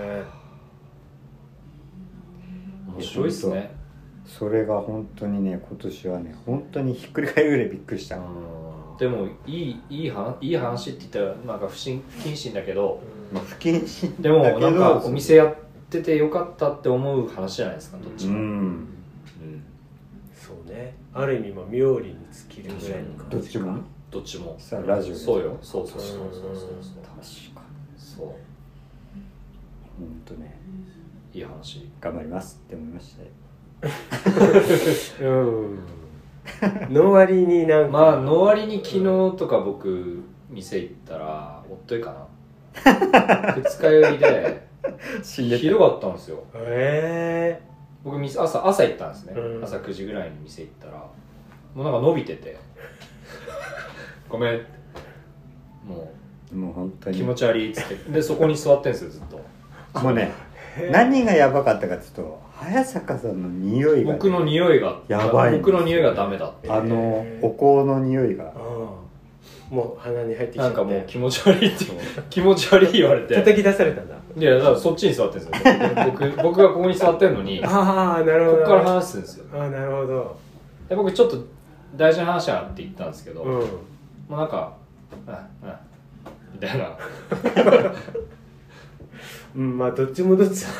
A: 面白いっすね。
C: それが本当にね今年はね本当にひっくり返るぐらいびっくりした。
A: でもいい話って言ったらなんか不謹慎だけど、
C: 不謹慎
A: でもなんかお店やっててよかったって思う話じゃないですか、どっちも。
B: そうね、ある意味妙利に尽きるぐらいの感じ。
A: どっちも
C: さあラジオ
A: そうよ、そう確かにそう、
C: 本当ね
A: いい話。
C: 頑張りますって思いましたよ。
B: の割になんか
A: の割に昨日とか僕店行ったらおっといかな二日酔いでひどかったんですよ。僕朝行ったんですね、朝9時ぐらいに店行ったらもうなんか伸びててごめんもう
C: もう本当に
A: 気持ち悪いっつってでそこに座ってんですよずっと。
C: もうね何がやばかったかっていうと早坂さんの匂いが、ね、
A: 僕の匂いが
C: やばい、
A: 僕の匂いがダメだって
C: お香の匂いが
B: もう鼻に入ってきちゃって
A: なんかもう気持ち悪いって気持ち悪い言われて
B: 叩き出されたんだ。
A: いやだからそっちに座ってるんですよ僕がここに座ってるのに
B: ああなるほど
A: ここから話すんですよ。
B: ああなるほど。
A: で僕ちょっと大事な話はって言ったんですけど、もうなんかみたいな
B: うんまあどっちもどっち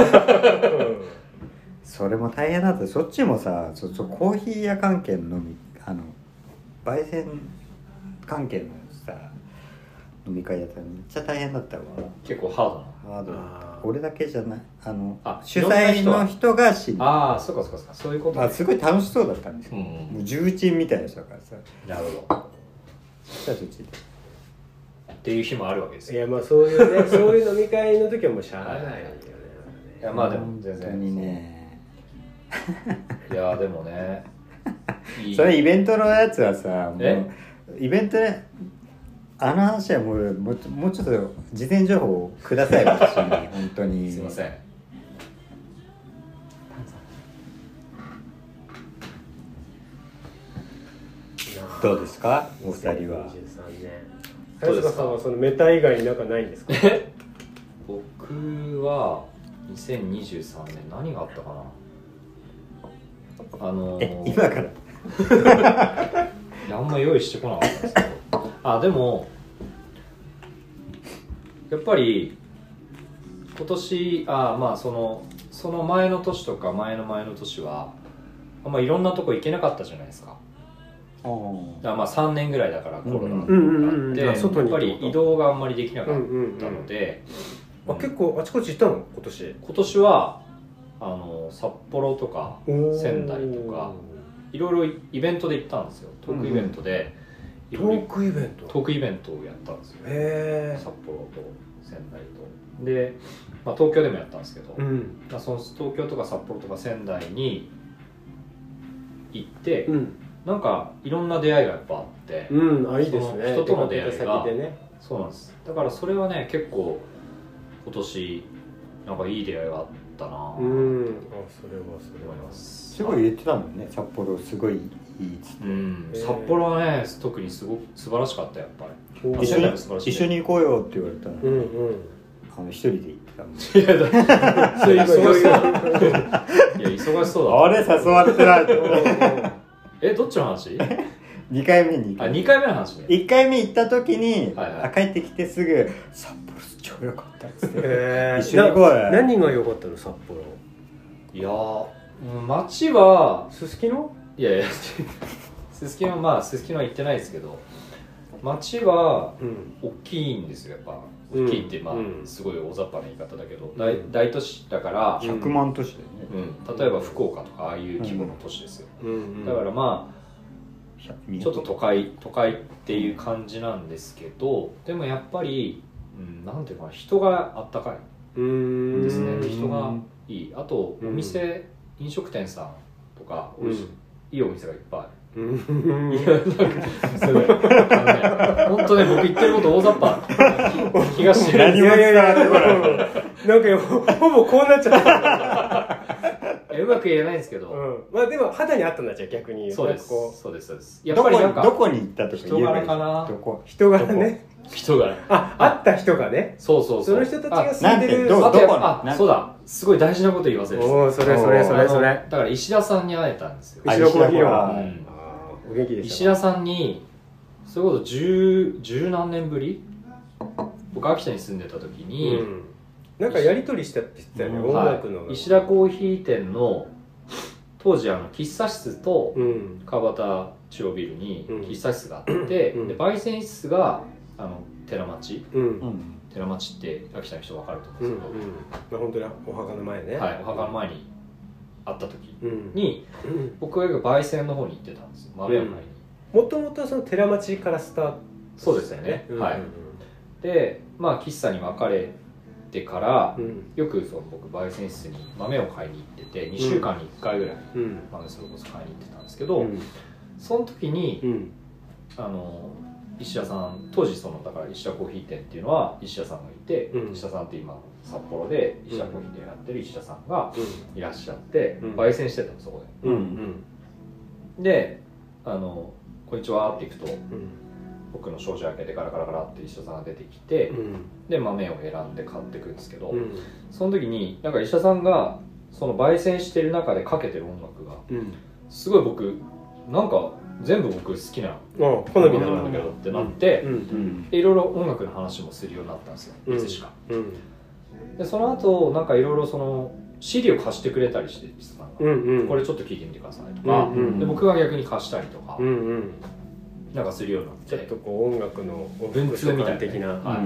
C: それも大変だった。そっちもさコーヒー屋関係の焙煎関係のさ飲み会やったらめっちゃ大変だったわ。
A: 結構ハードな
C: ハードだった。俺だけじゃない主
A: いろんな
C: 催の人が死んだ。
A: ああそうかそういうことね。
C: すごい楽しそうだったんですよ、もう重鎮みたいな人だからさ。
A: なるほど。
C: そしたらそっちで
A: っていう日もあるわけですよ。
B: いやまあそういうねそういう飲み会の時はもうしゃあないよね。
A: いやまあでも全然
C: 本当にね
A: いやでもね
C: それイベントのやつはさも
A: え
C: うイベントで話はもうちょっと事前情報をください私に本当に
A: すいません。
C: どうですかお二人は。
B: 2023年早坂さんはそのメタ以外になんかないんですか？
A: 僕は2023年何があったかな。
C: 今から
A: いやあんま用意してこなかったんですけどでもやっぱり今年まあその前の年とか前の前の年はあんまいろんなとこ行けなかったじゃないですか。まあ3年ぐらいだからコロナがあってやっぱり移動があんまりできなかったので、
B: 結構あちこち行ったの
A: 今年は札幌とか仙台とかいろいろイベントで行ったんですよ。トークイベントで、
B: トークイベント
A: をやったんですよ。札幌と仙台とで、まあ、東京でもやったんですけど、その東京とか札幌とか仙台に行って、なんかいろんな出会いがやっぱあって、
B: いいですね。
A: 人との出会いが、
B: ね、
A: そうなんです。だからそれはね結構今年なんかいい出会いがあったな。
B: それは思い
A: ます。
C: すごい言ってたもんね。札幌すごいいいっつって。
A: 札幌はね特にすごく素晴らしかったやっぱり。
C: 一緒に行こうよって言われたら、一人で行ってたもん。
A: いやだそういう忙しそうだ。いや忙しそうだ。
C: あれ誘われてないと。
A: どっちの話
C: ？2回目に
A: 2回目の話ね。
C: 1回目行った時に、帰ってきてすぐ札幌超良かったっつって、一緒に行こうよ。
B: 何が良かったの札幌？
A: いや街は
B: すすきの？
A: いやすすきのはすすきのは行ってないですけど街は大きいんですよ。やっぱ大きいってすごい大雑把な言い方だけど、大都市だから
C: 100万都市だよね。
A: 例えば福岡とかああいう規模の都市ですよ。だからまあちょっと都会っていう感じなんですけど、でもやっぱりなんていうかな、人があったかいですね。人がいい。あとお店、飲食店さんとかいいお店がいっぱい。いやなんかすごい本当ね僕言ってること大雑把気がしてる。
C: 何も伝わってこない。
B: なんかほぼこうなっちゃった
A: うまく言えないんですけど、
B: まあでも肌にあったんだ。じゃあ逆に
A: そうですやっぱりなんか
C: どこに行ったとか
A: 人柄かな。
B: 人柄ね。
A: 人柄
B: 会った人がね。
A: そう
B: その人たちが住んでる。
A: そうだすごい大事なこと言わせる。
B: それ
A: だから石田さんに会えたんですよ。
B: 石田コーヒーはお元気でした。
A: 石田さんにそれこそ十何年ぶり僕秋田に住んでた時に
B: なんかやり取りしたって言ってたよね。音楽の
A: 石田コーヒー店の当時喫茶室と川端中央ビルに喫茶室があって、で焙煎室が寺町。寺町って秋田の人分かると思うんです
B: けど、本当にお墓の前ね。
A: はい、お墓の前に会った時に僕が焙煎の方に行ってたんですよ。豆を買いに。
B: もともとその寺町からスタート。
A: そうですよね。はい。でまあ喫茶に別れてからよく僕焙煎室に豆を買いに行ってて2週間に1回ぐらい豆それこそ買いに行ってたんですけど、その時に石田さん当時だから石田コーヒー店っていうのは石田さんがいて、
B: うん、
A: 石田さんって今札幌で石田コーヒー店やってる石田さんがいらっしゃって、
B: うん、
A: 焙煎してたのそこで、
B: うんうん、
A: でこんにちはって行くと、
B: うん、
A: 僕の商社開けてガラガラガラって石田さんが出てきて、うん、で豆を選んで買っていくんですけど、うん、その時になんか石田さんがその焙煎してる中でかけてる音楽が、うん、すごい僕なんか全部僕好きな
B: 好み
A: なんだけどってなって、いろいろ音楽の話もするようになったんですよ、いつしか、でその後なんかいろいろその CD を貸してくれたりして石田さんが、これちょっと聴いてみてくださいとか、で僕が逆に貸したりとか、なんかするようになって、
B: ちょっとこう音楽の文通みたいな的な、
A: はい、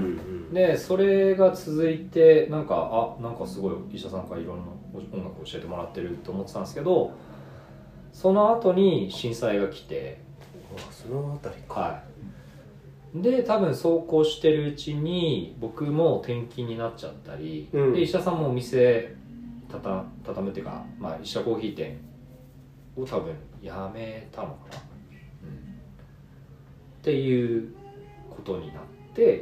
A: でそれが続いてなんかすごい石田さんからいろんな音楽を教えてもらってると思ってたんですけど、その後に震災が来て、
B: そのあたりか、
A: はい、で多分そうこうしてるうちに僕も転勤になっちゃったり、で石田さんもお店畳むっていうか、石田コーヒー店を多分やめたのかな、っていうことになって、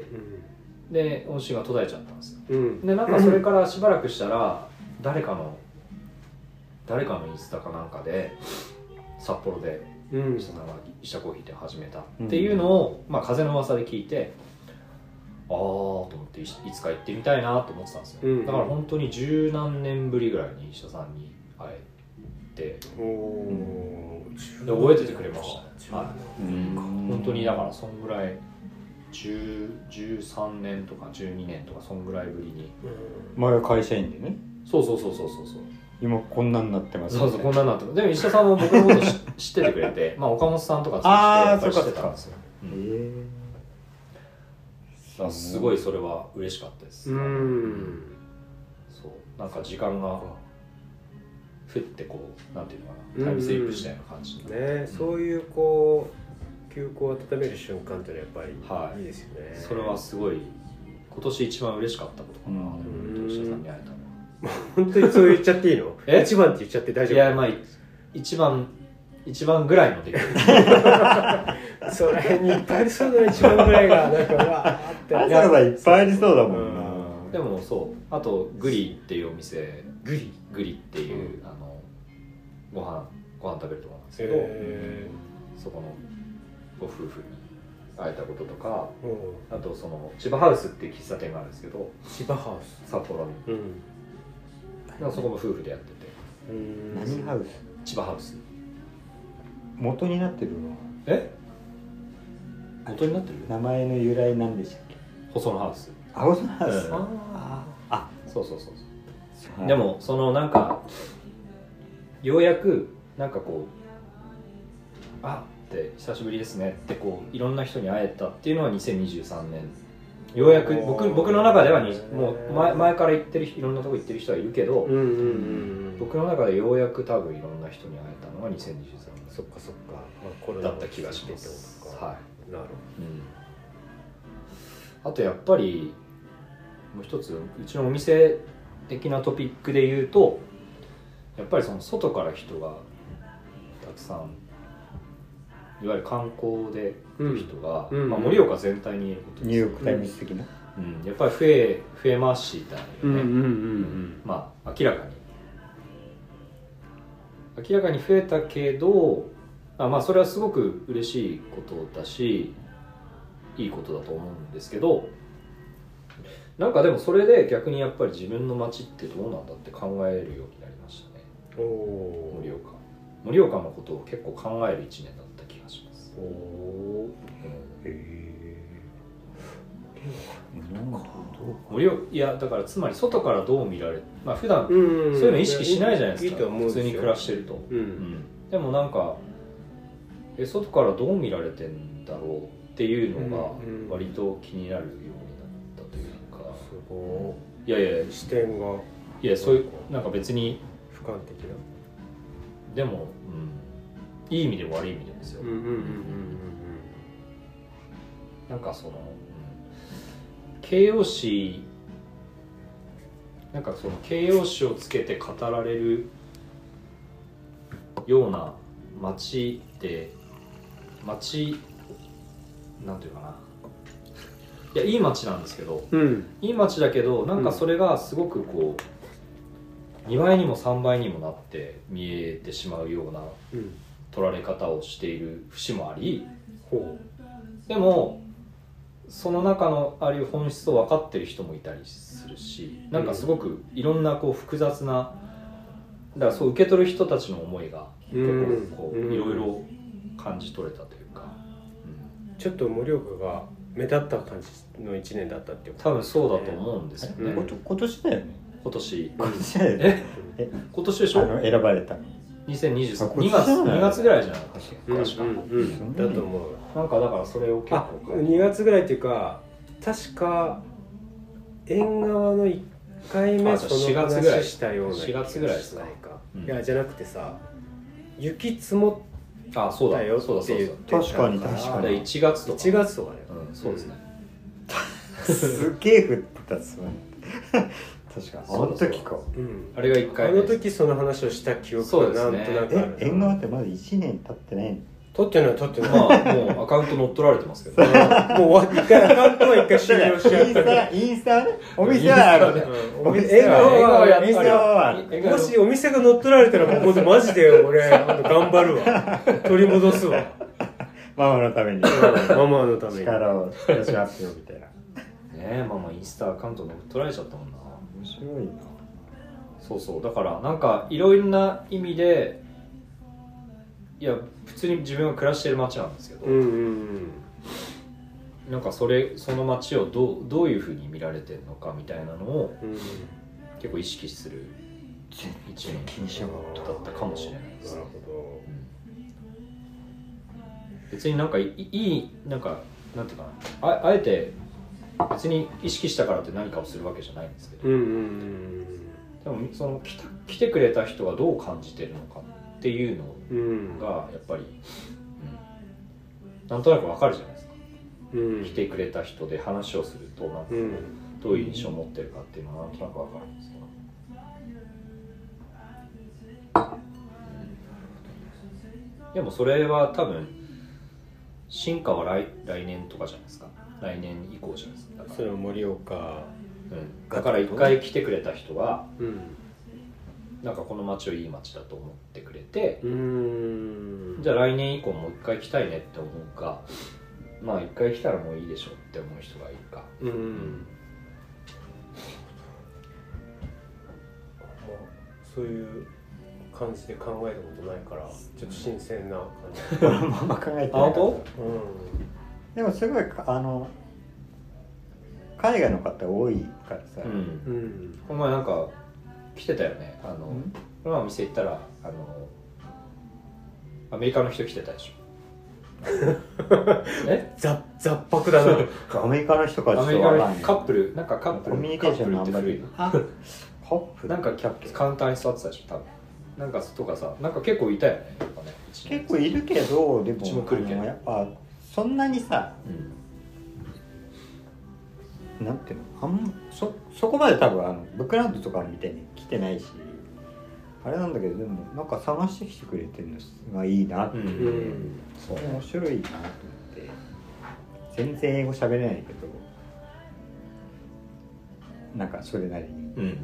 A: で音信が途絶えちゃったんですよ、でなんかそれからしばらくしたら誰かのインスタかなんかで札幌で石田さんが石田コーヒー店を始めたっていうのを、風の噂で聞いて、と思っていつか行ってみたいなと思ってたんですよ、だから本当に十何年ぶりぐらいに石田さんに会えて、で覚えててくれましたね、はい、本当にだからそんぐらい13年とか12年とかそんぐらいぶりに、
C: 前は会社員でね、
A: そう
C: 今こんなになってます、
A: ね、そうこんなになってます。でも石田さんも僕のこと知っててくれて岡本さんとか通じて知ってたんですよ、すごいそれは嬉しかったです。そうなんか時間がふってこうなんていうのかな、タイムスリップしたような感じ
B: ね、そういうこう休校を温める瞬間っていうのはやっぱりいいですよね、
A: それはすごい今年一番嬉しかったことかな、石田さんに会えたのは。
B: 本当にそう言っちゃっていいの？一番って言っちゃって大丈夫？
A: いや一番ぐらいの出来事
B: それにいっぱいありそうだね、一番ぐらいがなんかわーって
C: あらいっぱいありそうだもんな。
A: でもそうあとグリっていうお店、グリっていう、ご飯食べるところなんですけど、そこのご夫婦に会えたこととか、あとその千葉ハウスっていう喫茶店があるんですけど、
B: 千葉ハウス
A: 札幌に、そこも夫婦でやってて、
C: 何ハウス？
A: 千葉ハウス。
C: 元になってるのは
A: 元になってる？
C: 名前の由来なんでしたっけ？
A: 細野ハウス。
C: 細野ハウス。
A: そう。でもそのなんかようやくなんかこうって久しぶりですねってこういろんな人に会えたっていうのは2023年。ようやく僕の中ではもう前からいろんなとこ行ってる人はいるけど、僕の中でようやく多分いろんな人に会えたのが2023年。
B: そっか、
A: コロナだった気がします。はい。
B: なる
A: ほど。あとやっぱりもう一つうちのお店的なトピックで言うと、やっぱりその外から人がたくさんいわゆる観光で来る人が、盛岡全体に言えることです。
C: ニューヨークタイムズ的な、
A: やっぱり増えましたよね。明らかに増えたけど、それはすごく嬉しいことだしいいことだと思うんですけど、なんかでもそれで逆にやっぱり自分の街ってどうなんだって考えるようになりましたね。盛岡のことを結構考える1年だった気がします。いやだからつまり外からどう見られる、普段そういうの意識しないじゃないですか、普通に暮らしてると、でもなんか外からどう見られてんだろうっていうのが割と気になるようになったというか、いや
B: 視点が
A: そういうなんか別に
B: 俯瞰的な、
A: でも、いい意味でも悪い意味でもですよ。なんかその形容詞をつけて語られるような街なんていうかないやいい街なんですけど、いい街だけどなんかそれがすごくこう2倍にも3倍にもなって見えてしまうような取られ方をしている節もあり、でもその中のある本質を分かってる人もいたりするし、なんかすごくいろんなこう複雑な、だからそう受け取る人たちの思いが結構こういろいろ感じ取れたというか、
B: ちょっと盛岡が目立った感じの1年だったっていうこと、
A: 多分そうだと思うんですよね。
C: 今年だよね。
A: 今年
C: だよね。
A: 今年でしょ。
C: 選ばれたの
A: 2023 2月ぐらいじゃない確か、
B: だと思う。
A: なんかだからそれを結構
B: 2月ぐらいっていうか、確か縁側の1回目その話したような
A: 4月ぐらいですか。
B: いやじゃなくてさ、雪積もったよって言ってた
C: 確かに
A: 1月とか
B: 1月とかね、
A: そうですね。
C: すげえ降ってたっすね。確かにあの時か。
A: あれが1回目。
B: あの時その話をした記憶がなんとなくある。
C: 縁側ってまだ1年経ってないの？
B: 取ってない。
A: まあもうアカウント乗っ取られてますけど、もう
B: 一回アカウントは一回終了しちゃった。
C: インスタね、お店はあるね。
B: 縁側や
C: 店は
B: もしお店が乗っ取られたらここでマジで俺頑張るわ。取り戻すわ。
C: ママのために。
B: ママのために。
C: 力を出しますよみたいな。
A: ねえ、ママインスタアカウント乗っ取られちゃったもんな。
C: 面白いな。
A: そうだからなんかいろいろな意味で。いや普通に自分が暮らしてる街なんですけど、なんかその街をどういうふうに見られてるのかみたいなのを、結構意識する一年だったかもしれないです。なるほど。別になんかいいなんかなんていうかな、あえて別に意識したからって何かをするわけじゃないんですけど、でもその来てくれた人がどう感じてるのかっていうのがやっぱり、なんとなくわかるじゃないですか、来てくれた人で話をするとなんかどういう印象を持ってるかっていうのはなんとなくわかるんですけど、でもそれは多分進化は来年とかじゃないですか。来年以降じゃないですか。
B: それは盛岡、
A: だから一回来てくれた人が、なんかこの街をいい街だと思ってくれて、じゃあ来年以降もう一回来たいねって思うか、まあ一回来たらもういいでしょって思う人がいるか。
B: そういう感じで考えたことないからちょっと新鮮な感じ。
C: まま考えてない。
A: 本当？
C: でもすごい海外の方多いからさ。
A: お前なんか来てたよね。この前お店行ったらアメリカの人来てたでしょ。
B: 雑白だな。
C: アメリカの人から
A: アメリカのカップルなんかカップル
C: コミュニケーションのあんまりカップル
A: なんかカウンターに座ってたでしょ多分。なんかとかさ、なんか結構いたよね。
C: 結構いるけど、でもやっぱそんなにさ、なんていうの、そこまで多分ブックランドとかみたいに来てないし、あれなんだけど、でもなんか探してきてくれてるのがいいなって、面白いなと思って。全然英語喋れないけど、なんかそれなりに、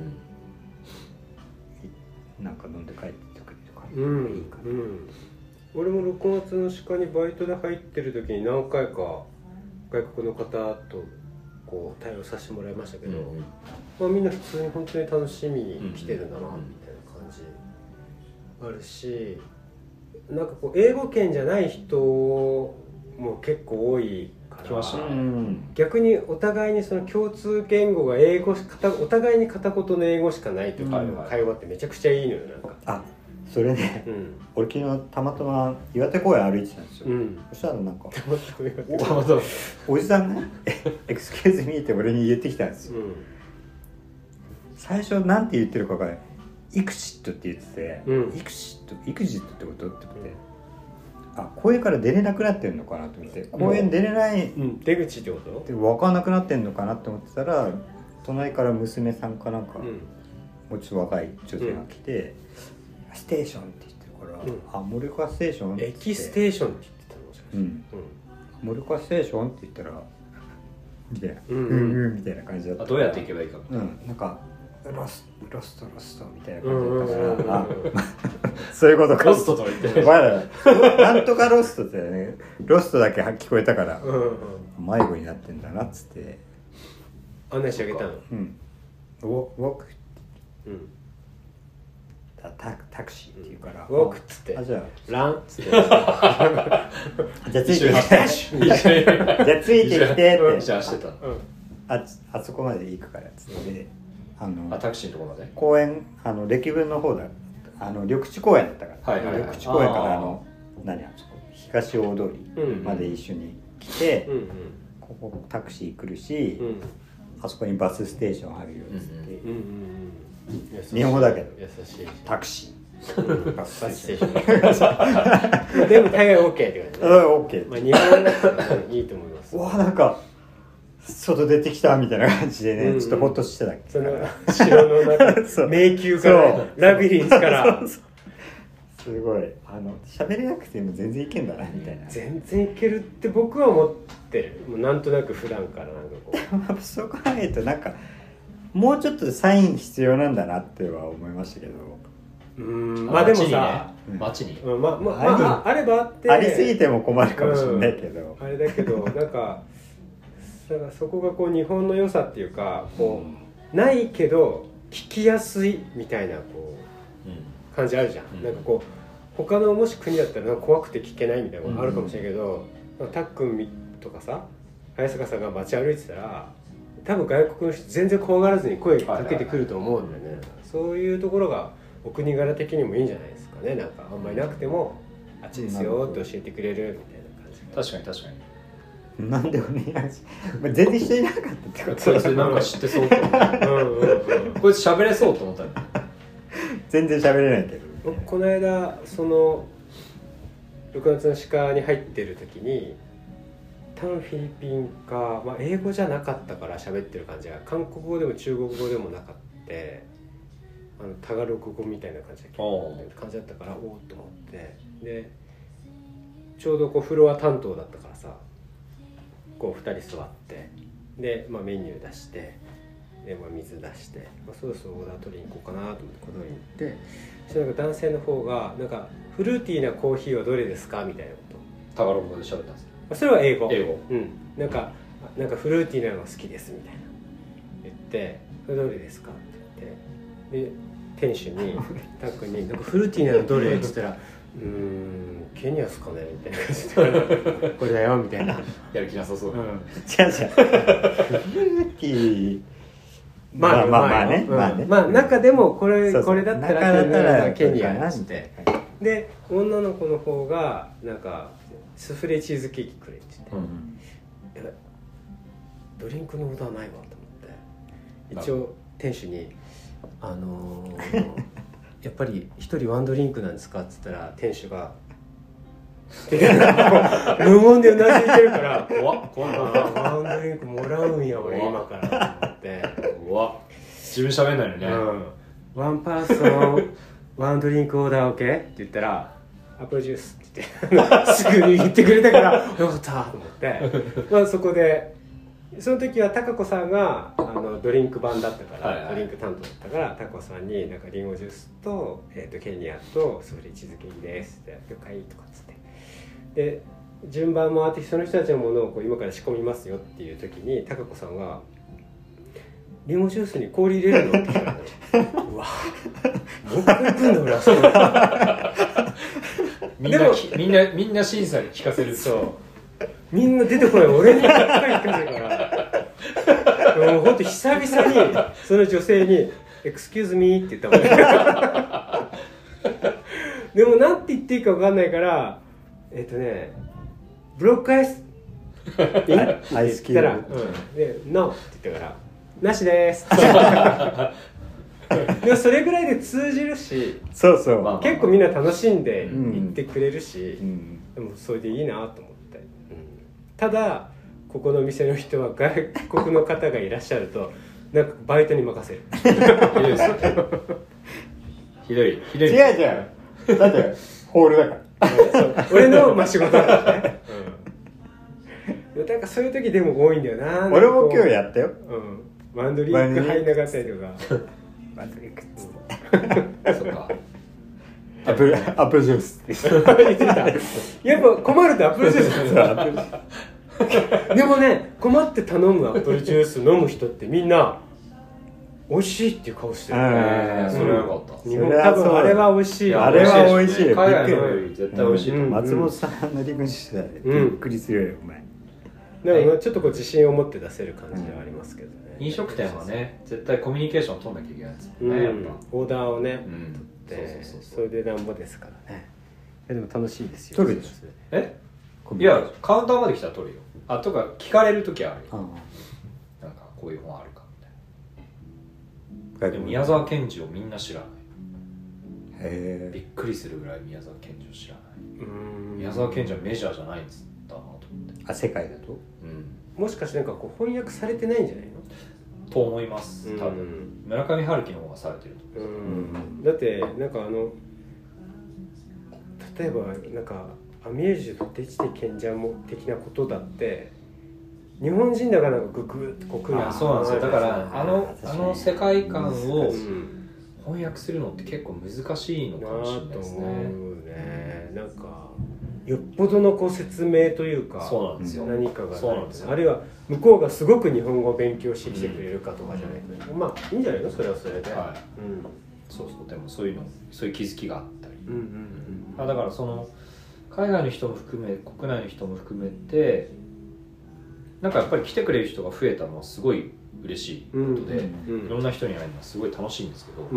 C: なんか飲んで帰ってくれるからいいかな。
B: 俺も6月の鹿にバイトで入ってる時に何回か外国の方とこう対応させてもらいましたけど、まあ、みんな普通に本当に楽しみに来てるんだなみたいな感じあるし、なんかこう英語圏じゃない人も結構多いから、逆にお互いにその共通言語が英語お互いに片言の英語しかないという会話ってめちゃくちゃいいのよ。なんか
C: それね、俺昨日たまたま岩手公園歩いてたんですよ。そしたらなんかおじさんがエクスキューズミーって俺に言ってきたんですよ。最初なんて言ってるかがイクシットって言ってて、イクシットイクジットってことって言って、公園から出れなくなってんのかなと思って、公園出れない、
B: 出口ってこと
C: って分かんなくなってんのかなって思ってたら、隣から娘さんかなんか、もうちょっと若い女性が来て、ステーションって言ってるから、盛岡ステーションって
B: 駅ステーションって言ってたのじゃないですか。
C: 森岡ステーションって言ったらみたいなみたいな感じだった。
A: どうやって行けばいいか、
C: なんかロストみたいな感じだったから、そういうことか。
A: ロストとか言って
C: なんとかロストってね、ロストだけ聞こえたから、迷子になってんだなっつって
B: 案内してあげたの。
C: ウォーク、タクシーって言うから、
B: ウォークっつって、
C: じゃあ
B: ランっつって
C: じゃあついてきてじゃあついてきてって
A: じゃあしてた、
C: あそこまで行くからっつって
A: タクシーのところまで
C: 公園歴分の方だ緑地公園だったから、緑地公園から東大通りまで一緒に来て、ここタクシー来るし、あそこにバスステーションあるよっつって、日本語だけど
B: 優しい
C: タクシー
B: バスステーションでも大概 OK って感じ、
C: OK、
B: まあ日本だったらいいと思います。
C: わなんか外出てきたみたいな感じでね、ちょっとホッとしてたっけ。
B: その城の中迷宮からラビリンスから
C: すごい喋れなくても全然いけんだなみたいな。
B: 全然いけるって僕は思ってる。もうなんとなく普段からなんかこう
C: そう考えるとなんかもうちょっとサイン必要なんだなっては思いましたけど。
B: まあでもさ、
A: 街に
B: あればあって
C: ありすぎても困るかもしれないけど、
B: あれだけどなんかそこがこう日本の良さっていうかこう、ないけど聞きやすいみたいなこう、感じあるじゃん、なんかこう他のもし国だったらなんか怖くて聞けないみたいなのがあるかもしれないけど、たっくんとかさ早坂さんが街歩いてたら多分外国の人全然怖がらずに声かけてくると思うんだよね、そういうところがお国柄的にもいいんじゃないですかね。なんかあんまりなくてもあっちですよって教えてくれるみたいな感じ。
A: 確かに
C: なんでもね全然人いなかったってこと。
A: それなんか知ってそうと思ったこいつ喋れそうと思ったら
C: 全然喋れないけど、
B: この間その6月の鹿に入ってる時に多分フィリピンか、英語じゃなかったから喋ってる感じが韓国語でも中国語でもなかったタガログ語みたいな感じだったからおおっと思って、でちょうどこうフロア担当だったからさこう2人座ってで、メニュー出してで、水出して、そろそろオーダー取りに行こうかなと思ってこのように行って、そしたら男性の方がなんかフルーティーなコーヒーはどれですかみたいなこと
A: タガログ語で喋ったんですか。
B: それは英語、なんかフルーティーなのが好きですみたいな言ってそれどれですかって言ってで店主にタックになんかフルーティーなのどれって言ったらケニアっすかねみたいな感じでこれだよみたいな
A: やる気なさそう、
C: 違うフルーティーまあ
B: 中でもこれだったらケニア
C: な
B: ってで女の子の方がなんかスフレチーズケーキくれって言って、ドリンクのオーダーないわと思って一応店主にやっぱり一人ワンドリンクなんですかって言ったら店主が無言でうなずいてるから怖っワンドリンクもらうんや俺今からと思って
A: 自分喋んないのね、
B: ワンパーソンワンドリンクオーダー OK? って言ったらアップルジュースって言ってすぐに言ってくれたからよかったと思ってそこでその時は高子さんがドリンク版だったから、ドリンク担当だったから高子さんになんかリンゴジュースと、ケニアとスフレチーズケーキですって了解とかっつってで順番回ってその人たちのものをこう今から仕込みますよっていう時に高子さんがリンゴジュースに氷入れるのって聞かれたうわもう一回行くんだ俺あそこ
A: みんな審査に聞かせる。
B: そうみんな出てこない俺にばっかり聞かせるからもうほんと久々にその女性に「Excuse me」って言ったもんねでもなんて言っていいか分かんないからブロックアイスって言ったら「で NO」って言ったから「なしです」でもそれぐらいで通じるし
C: そう、
B: 結構みんな楽しんで行ってくれるし、でもそれでいいなと思って、ただここの店の人は外国の方がいらっしゃるとなんかバイトに任せる
A: ひどい
C: 違うだってホールだから
B: 俺の仕事だからね、 なんかそういう時でも多いんだよな。
C: 俺も今日やったよ。
B: マンドリック入んなかったりとか。
C: マンドリックっつって
A: そうか。
C: アップルジュースって
B: 言ってた。やっぱ困るとアップルジュースだね。でもね、困って頼むアップルジュース飲む人ってみんな美味しいっていう顔してるね。
A: それはよかった。
B: 日本多分あれは美味しいよ。
C: あれは美味しいよ。
A: 海外のより絶対美味しいと思う。
C: 松本さんのリクエストでびっくりするよお前。
B: だからちょっとこう自信を持って出せる感じではありますけどね。
A: 飲食店はね、絶対コミュニケーション取んなきゃいけないですもんね、やっぱ。
B: オーダーをね、
A: 取って、
B: それでなんぼですからね。でも楽しいですよ。
C: 取るでしょ。
A: いや、カウンターまで来たら取るよ。あ、とか聞かれる時はあるよ。なんかこういう本あるかみたいな。でも宮沢賢治をみんな知らない。びっくりするぐらい宮沢賢治を知らない。宮沢賢治はメジャーじゃないんですだなと思って。
C: あ、世界だと？
B: もしかしてなんかこう翻訳されてないんじゃないの？
A: と思います。多分村上春樹の方がされてると思う。
B: だってなんか例えばなんかアミュージュとデジテ賢者も的なことだって日本人だからなんかググッとこう来る。
A: そうなんですよ。だからあの世界観を翻訳するのって結構難しいのかもしれないですね。
B: なんかよっぽどのこう説明というか、
A: そうなんですよ。
B: 何かが
A: そうなんですよ。
B: あるいは向こうがすごく日本語を勉強してきてくれるかとかじゃないと、まあいいんじゃないの、それはそれで。はい。
A: そうそう。でもそういう気づきがあったり。だからその海外の人も含め国内の人も含めてなんかやっぱり来てくれる人が増えたのはすごい嬉しいことで、いろんな人に会えるのはすごい楽しいんですけど、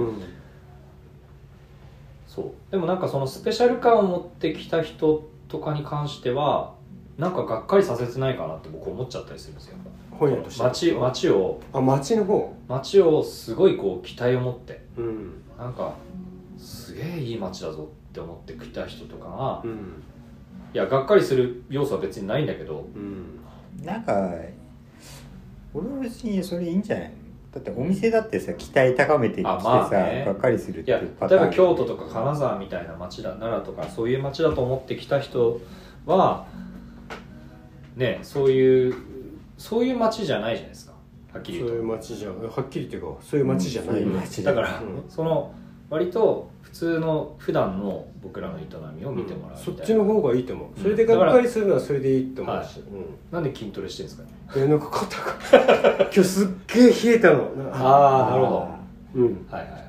A: そうでもなんかそのスペシャル感を持ってきた人とかに関してはなんかがっかりさせてないかなって僕思っちゃったりするんですよ。
B: 本屋として
A: 街をすごいこう期待を持って、なんかすげえいい街だぞって思って来た人とかが、いやがっかりする要素は別にないんだけど、
C: なんか俺は別にそれいいんじゃないの？だってお店だってさ期待高めてきてさ、がっかりするっていうパターン。
A: 例えば京都とか金沢みたいな街だ、奈良とかそういう街だと思ってきた人はね、そういう街じゃないじゃないですか、はっきり言うと。
B: そういう街じゃはっきりっていうかそういう街じゃない街
A: だから、その割と普段の僕らの営みを見てもらうみたいな、
B: そっちの方がいいと思う。それでがっかりするのはそれでいいと思うし、
A: なんで筋トレしてるんですかね。
B: なんか肩が今日すっげえ冷えたの。
A: ああ、なるほど。はいはいはい。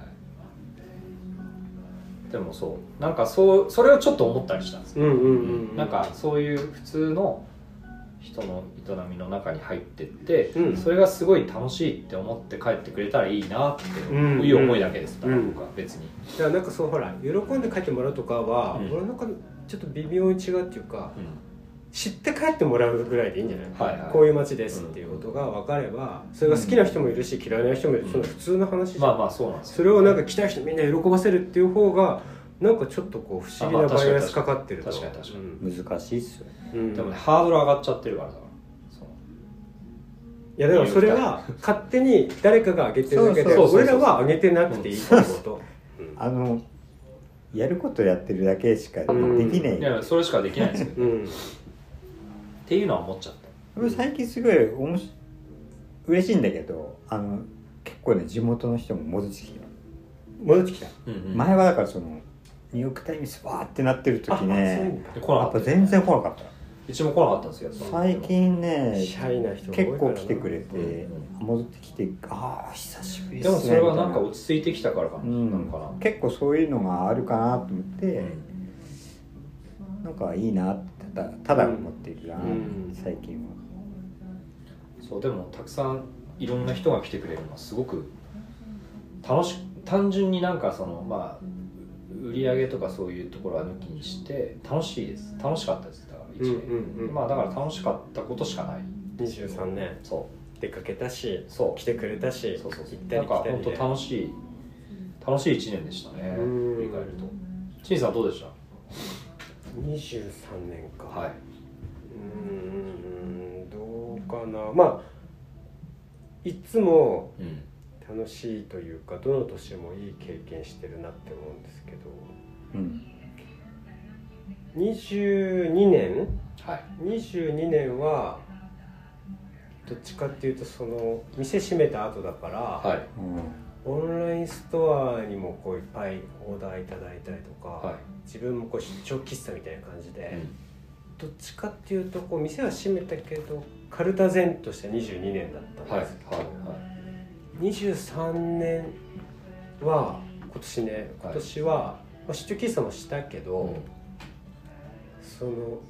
A: でもそうなんかそれをちょっと思ったりしたんですよ。なんかそういう普通の人の営みの中に入ってって、それがすごい楽しいって思って帰ってくれたらいいなっていう思いだけです。僕は別に。
B: だからなんかそうほら喜んで帰ってもらうとかは、俺なんかちょっと微妙に違うっていうか、知って帰ってもらうぐらいでいいんじゃない？こういう街ですっていうことが分かれば、それが好きな人もいるし嫌いな人もいる。その普通の話じゃん。
A: まあそうなんですよ。
B: それをなんか来た人みんな喜ばせるっていう方がなんかちょっとこう不思議なバイアスかかってると。
A: 確かに
C: 難しいっすよ
A: ね。でもねハードル上がっちゃってるからだから。
B: いやでもそれは勝手に誰かが上げてるだけで、俺らは上げてなくていいってこと。
C: やることやってるだけしかできない。
A: いやそれしかできないですけど。っていうのは思っちゃった。
C: 俺最近すごい嬉しいんだけど、結構ね地元の人も戻ってきた。前はだからそのニューヨークタイムズわーってなってる時ね、やっぱ全然来なかった。
A: うちも来なかったんですよ。
C: 最近ね
B: シャイな人
C: 結構来てくれて、戻ってきて、ああ久しぶりで
A: すね。
C: すね。
A: でもそれはなんか落ち着いてきたからかな、なんかな。
C: 結構そういうのがあるかなと思って、なんかいいなってただ思っているな、最近は。
A: そうでもたくさんいろんな人が来てくれるのはすごく単純になんかそのまあ売り上げとかそういうところは抜きにして楽しかったです。だから1年、まあだから楽しかったことしかない。
B: 23年
A: そう
B: 出かけたし、来てくれたし、行ったり来たりで、
A: なんか本当楽しい1年でしたね。振り返ると。陳さんどうでした？
B: 23年か。
A: はい。
B: どうかな。まあいつも楽しいというか、どの年もいい経験してるなって思うんですけど、22年はどっちかっていうとその店閉めた後だから、
A: はい
C: うん
B: オンラインストアにもこういっぱいオーダーいただいたりとか、
A: はい
B: 自分もこう出張喫茶みたいな感じで、
A: うん
B: どっちかっていうとこう店は閉めたけどカルタ前としては22年だったんですけど、
A: はい
B: 23年は今年ね今年は、まあ、出張喫茶もしたけど、
A: うん
B: その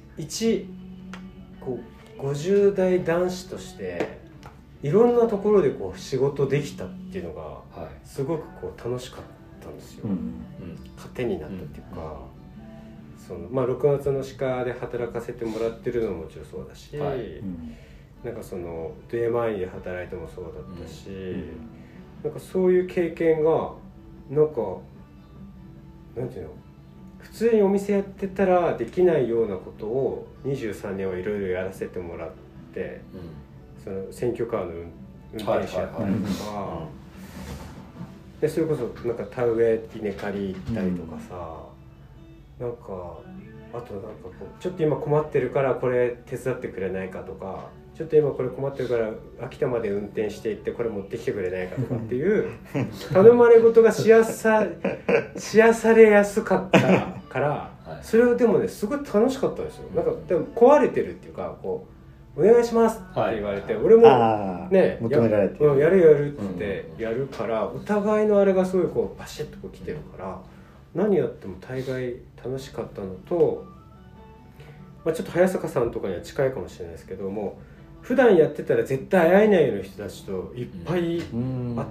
B: こう50代男子としていろんなところでこう仕事できたっていうのが
A: はい
B: すごくこう楽しかったんですよ、
C: うん
B: 糧になったっていうか、そのまあ6月の鹿で働かせてもらってるのももちろんそうだし、
A: はい
C: うん
B: なんかその出前で働いてもそうだったし、
C: ん
B: なんかそういう経験がなんかなんていうの普通にお店やってたらできないようなことを23年はいろいろやらせてもらってその選挙カーの運転手やったりとか、でそれこそなんか田植え稲刈り行ったりとかさ、なんかあとなんかこうちょっと今困ってるからこれ手伝ってくれないかとか、ちょっと今これ困ってるから秋田まで運転していってこれ持ってきてくれないかとかっていう頼まれ事がしやされやすかったから、
A: はい
B: それをでもねすごい楽しかったんですよ。なんかでも壊れてるっていうかこうお願いしますって言われて、俺も
C: あー
B: ね
C: 求められて
B: やるやるってやるから、お互いのあれがすごいこうパシッとこう来てるから何やっても大概楽しかったのと、まあ、ちょっと早坂さんとかには近いかもしれないですけども、普段やってたら絶対会えないような人たちといっぱい会って、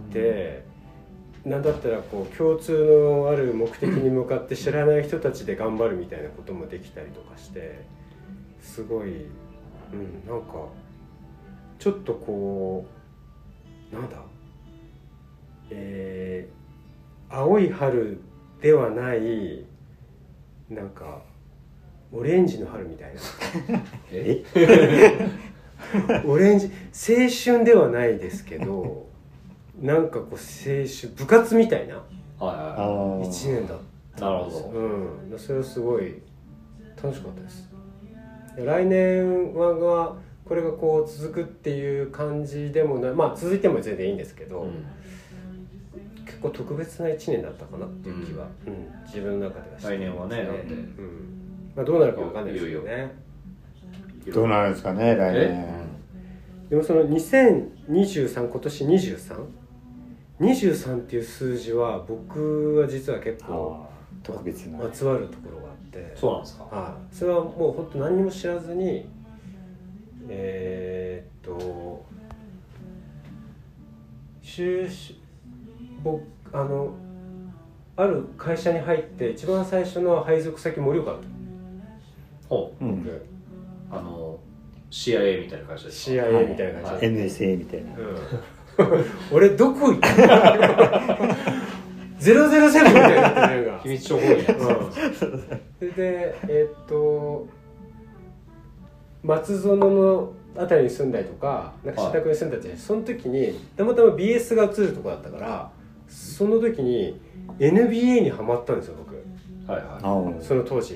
B: なんだったらこう共通のある目的に向かって知らない人たちで頑張るみたいなこともできたりとかして、すごい、なんかちょっとこうなんだ青い春ではないなんかオレンジの春みたいなオレンジ青春ではないですけどなんかこう青春部活みたいな
A: は
B: 1年だった
A: なるほど。
B: それはすごい楽しかったです。来年はこれがこう続くっていう感じでもない、まあ続いても全然いいんですけど、結構特別な1年だったかなっていう気は、自分の中ではして
A: 来年はね、なんで
B: まあ、どうなるかわかんないですけどね。
C: どうなるんですかね来年。
B: でもその2023今年23っていう数字は僕は実は結構
C: 特別な
B: まつわるところがあって、
A: そうなんですか。
B: それはもう本当何にも知らずに僕ある会社に入って一番最初の配属先盛岡だった。
A: ほう、CIA みたいな会社ですか。
B: CIA みたいな会社、
C: NSA みたいな。
B: 俺どこ行った007みたいになってるが
A: 秘密情報源。
B: それで松園のあたりに住んだりとか、なんか自宅に住んだりして、その時にたまたま BS が映るとこだったから、その時に NBA にハマったんですよ僕。
A: はいは
B: その当時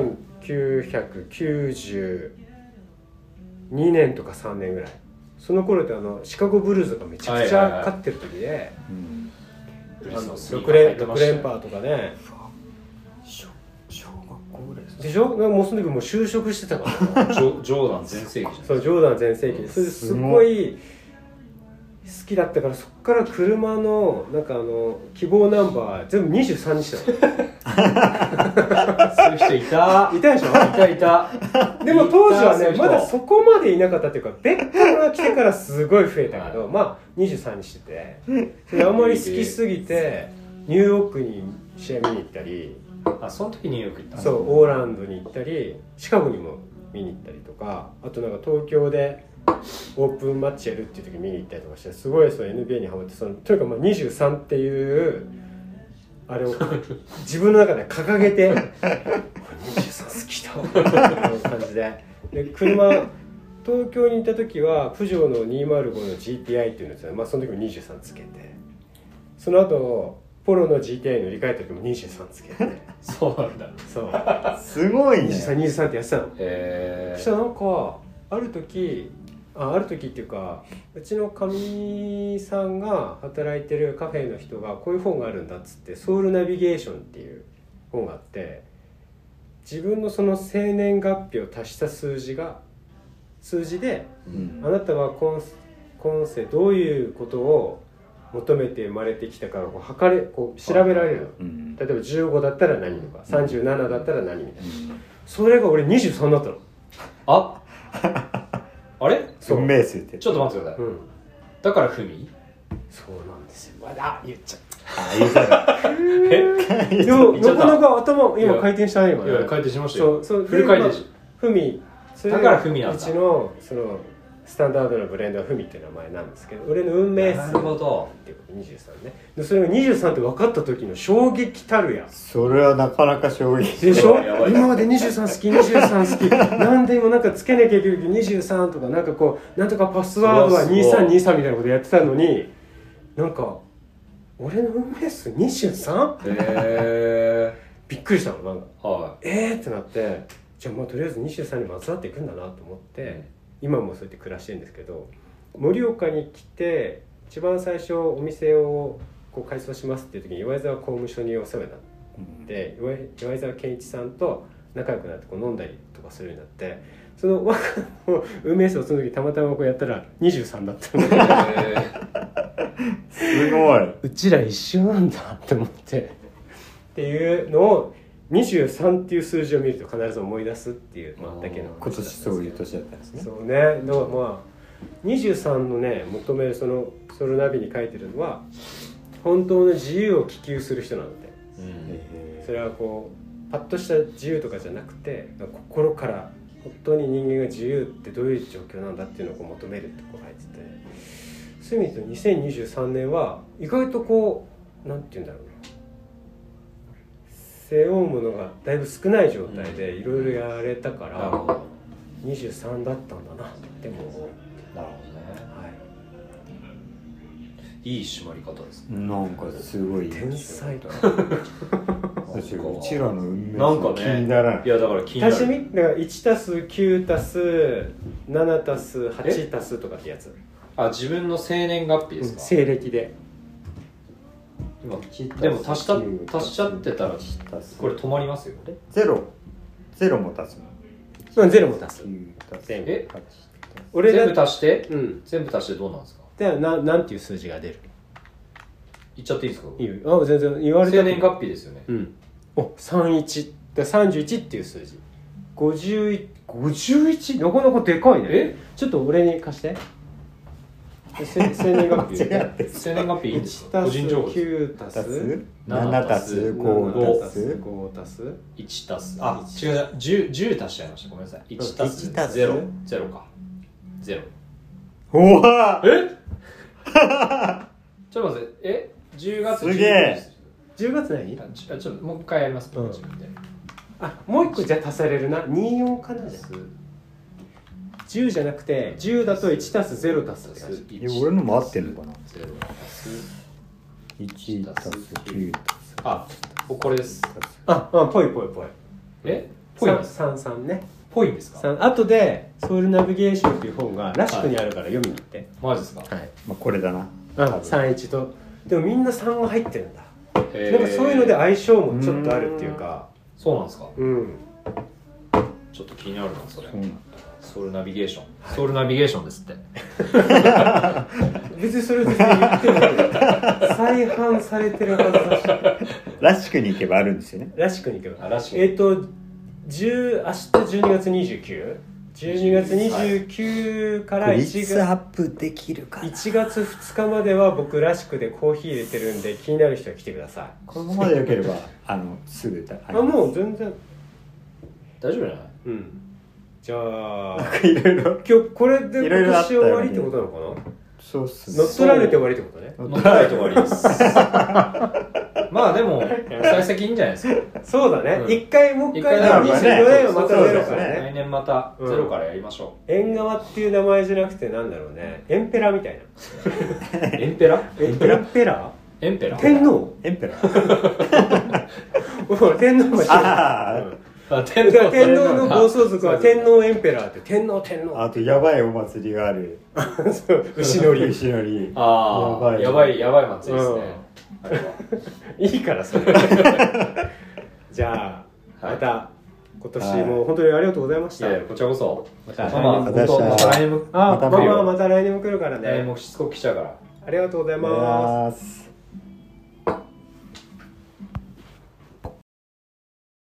B: 1992年とか3年ぐらい、その頃ってシカゴブルーズがめちゃくちゃ勝ってる時で、6連覇とかね、
C: 小学校ぐらいです
B: でしょ。もうその時もう就職してたから
A: ジョーダン全盛期じゃないですか。
B: そうジョーダン全盛期で、それですごい好きだったから、そっから車のなんか希望ナンバー全部23にしたの。
A: そういう人いた
B: いたでしょ。
A: いた
B: でも当時はね
A: そういう人
B: まだそこまでいなかったっていうか、ベッカムが来てからすごい増えたけど、まあ23にしてて、それあんまり好きすぎてニューヨークに試合見に行ったり、
A: その時ニューヨーク行ったんですか。
B: そうオーランドに行ったりシカゴにも見に行ったりとか、あとなんか東京でオープンマッチやるっていう時見に行ったりとかして、すごいその NBA にハマって、とにかくまあ23っていうあれを自分の中で掲げて23好きだみたいな感じで、車東京にいた時はプジョーの205の GTI っていうのですね、まあその時も23つけて、その後ポロの GTI に乗り換えた時も23つけて
A: そうなんだ。
B: そう
C: すごいね。
B: 23ってやってたの。
A: へ
B: そしたらなんかある時ある時っていうか、うちのかみさんが働いてるカフェの人がこういう本があるんだっつって、ソウルナビゲーションっていう本があって、自分のその生年月日を足した数字で、あなたは今世どういうことを求めて生まれてきたかをこう調べられるの、例えば15だったら何とか、37だったら何みたいな、それが俺23だったの。
A: あれ
C: 運命数って
A: ちょっと待ってください、だからふみ
B: そうなんですよ。言っちゃった
C: 言っちゃった
B: でもなかなか頭今回転したね今ね。
A: いや回転しましたよ。
B: そう
A: フル回転し
B: ふみ、
A: だからふみなんだ。
B: うちのそのスタンダードなブレンドはふみっていう名前なんですけど、俺の運命数
A: なるほど
B: っていうこと23ね。でそれが23って分かった時の衝撃たるや。
C: それはなかなか衝撃
B: でしょ。
A: やばい
B: 今まで23好き23好きなんで今なんかつけなきゃいけない23とか、なんかこうなんとかパスワードは2323みたいなことやってたのに、なんか俺の運命数 23？ びっくりしたの。なんかってなって、じゃあもうとりあえず23にまつわっていくんだなと思って、今もそうやって暮らしてるんですけど、盛岡に来て一番最初お店をこう改装しますっていう時に岩井沢工務所にお世話になって、岩井沢健一さんと仲良くなってこう飲んだりとかするようになって、その和歌の運命数をその時たまたまこうやったら23だったの
C: すごい。
B: うちら一緒なんだって思ってっていうのを23っていう数字を見ると必ず思い出すっていう、だけの
C: 今年そういう年だったんですね。
B: そうね。だから23のね求めるそのソルナビに書いてるのは本当の自由を希求する人なので、それはこうパッとした自由とかじゃなくて、心から本当に人間が自由ってどういう状況なんだっていうのをこう求めるってこう書いてて、そういう意味で2023年は意外とこうなんて言うんだろうな、背負うものがだいぶ少ない状態でいろいろやれたから、23だったんだなっても思う。
A: なるほどね。いい締まり方ですね。
C: なんかすごい
B: 天才だ。
C: うちらの運命
A: なんかね、
C: 気にならない。
A: いやだから気になる。
B: 足しみだから1足す9足す7足す8足すとかってやつ。
A: 自分の生年月日ですか。
B: 西暦で。
A: 今でも足しちゃってたらこれ止まりますよ。
C: ゼロも足すの。
B: ゼロも足す。
C: 全
A: 部
B: 俺
A: 全部足して、
B: 全
A: 部足してどうなんですか。
B: でなんていう数字が出る？
A: 言っちゃっていいですか。
B: いいよ。全然言われて。
A: 生年月日ですよね。
B: 31で31っていう数字。51なかなかでかいね。ちょっと俺に貸して。生年月日。
A: 生年月日いいんですか。
B: 1足す9足す
C: 7足す5足す
B: 5足す
A: 1足す違う10足しちゃいました。ごめんなさい。1足す0か0。
C: おわ
A: ちょっと待って、10月
C: すげえ。
B: 10月何？
A: ちょっともう一回やります。自分で。
B: もう一個じゃ足されるな。24かな。10じゃなくて10だと1足す0足すって感じ。
C: 俺のも合ってんのかな。
A: 0足す
C: 1足す9足す
A: これです。
B: ぽいぽい。
A: ぽい
B: 33ね。
A: ぽいんですか。
B: 後でソウルナビゲーションっていう本がらしくにあるから読みに行って。
A: マジですか。
B: はい。
C: これだな。
B: 31とでもみんな3が入ってるんだ。なんかそういうので相性もちょっとあるっていうか。
A: そうなんですか。ちょっと気になるなそれ。ソウルナビゲーション。ソウルナビゲーションですって。
B: 別にそれを全然言ってない。再販されてるはずだし。
C: らしくに行けばあるんですよね。
B: らしくに行けば。
A: らしく。
B: 明日12月29。12月29から
C: いつアップできるかな。
B: 1月2日までは僕らしくでコーヒー入れてるんで、気になる人は来てください。
C: ここまで良ければすぐ
B: もう全然
A: 大丈夫じゃない。
B: じゃあ
C: いろいろ
B: 今日これで今年終わりってことなのかな。
C: そうっすね。
B: 乗っ取られて終わりってことね。
A: 乗っ取られて終わりです。まあでも幸先いいんじゃないですか。
B: そうだね。一回もう一回
C: 25
B: 年をまたゼロからね。
A: 来年またゼロからやりましょ
B: う。縁側っていう名前じゃなくてなんだろうね。エンペラみたい
A: な。エンペラ？
B: エンペラ？エンペラ？天皇？
C: エンペラ？
B: 天皇が天皇の暴走族は天皇エンペラーって天皇
C: あとやばいお祭りがある
B: そう牛乗り
C: 牛乗り
A: ああやばい祭りですね、あれはい
B: いからそれじゃあまた今年も本当にありがとうございました。
A: いやこちらこそ
B: また
A: また来年も
B: また来年も来るからね。
A: 来年もしつこく来ちゃうから
B: ありがとうございます。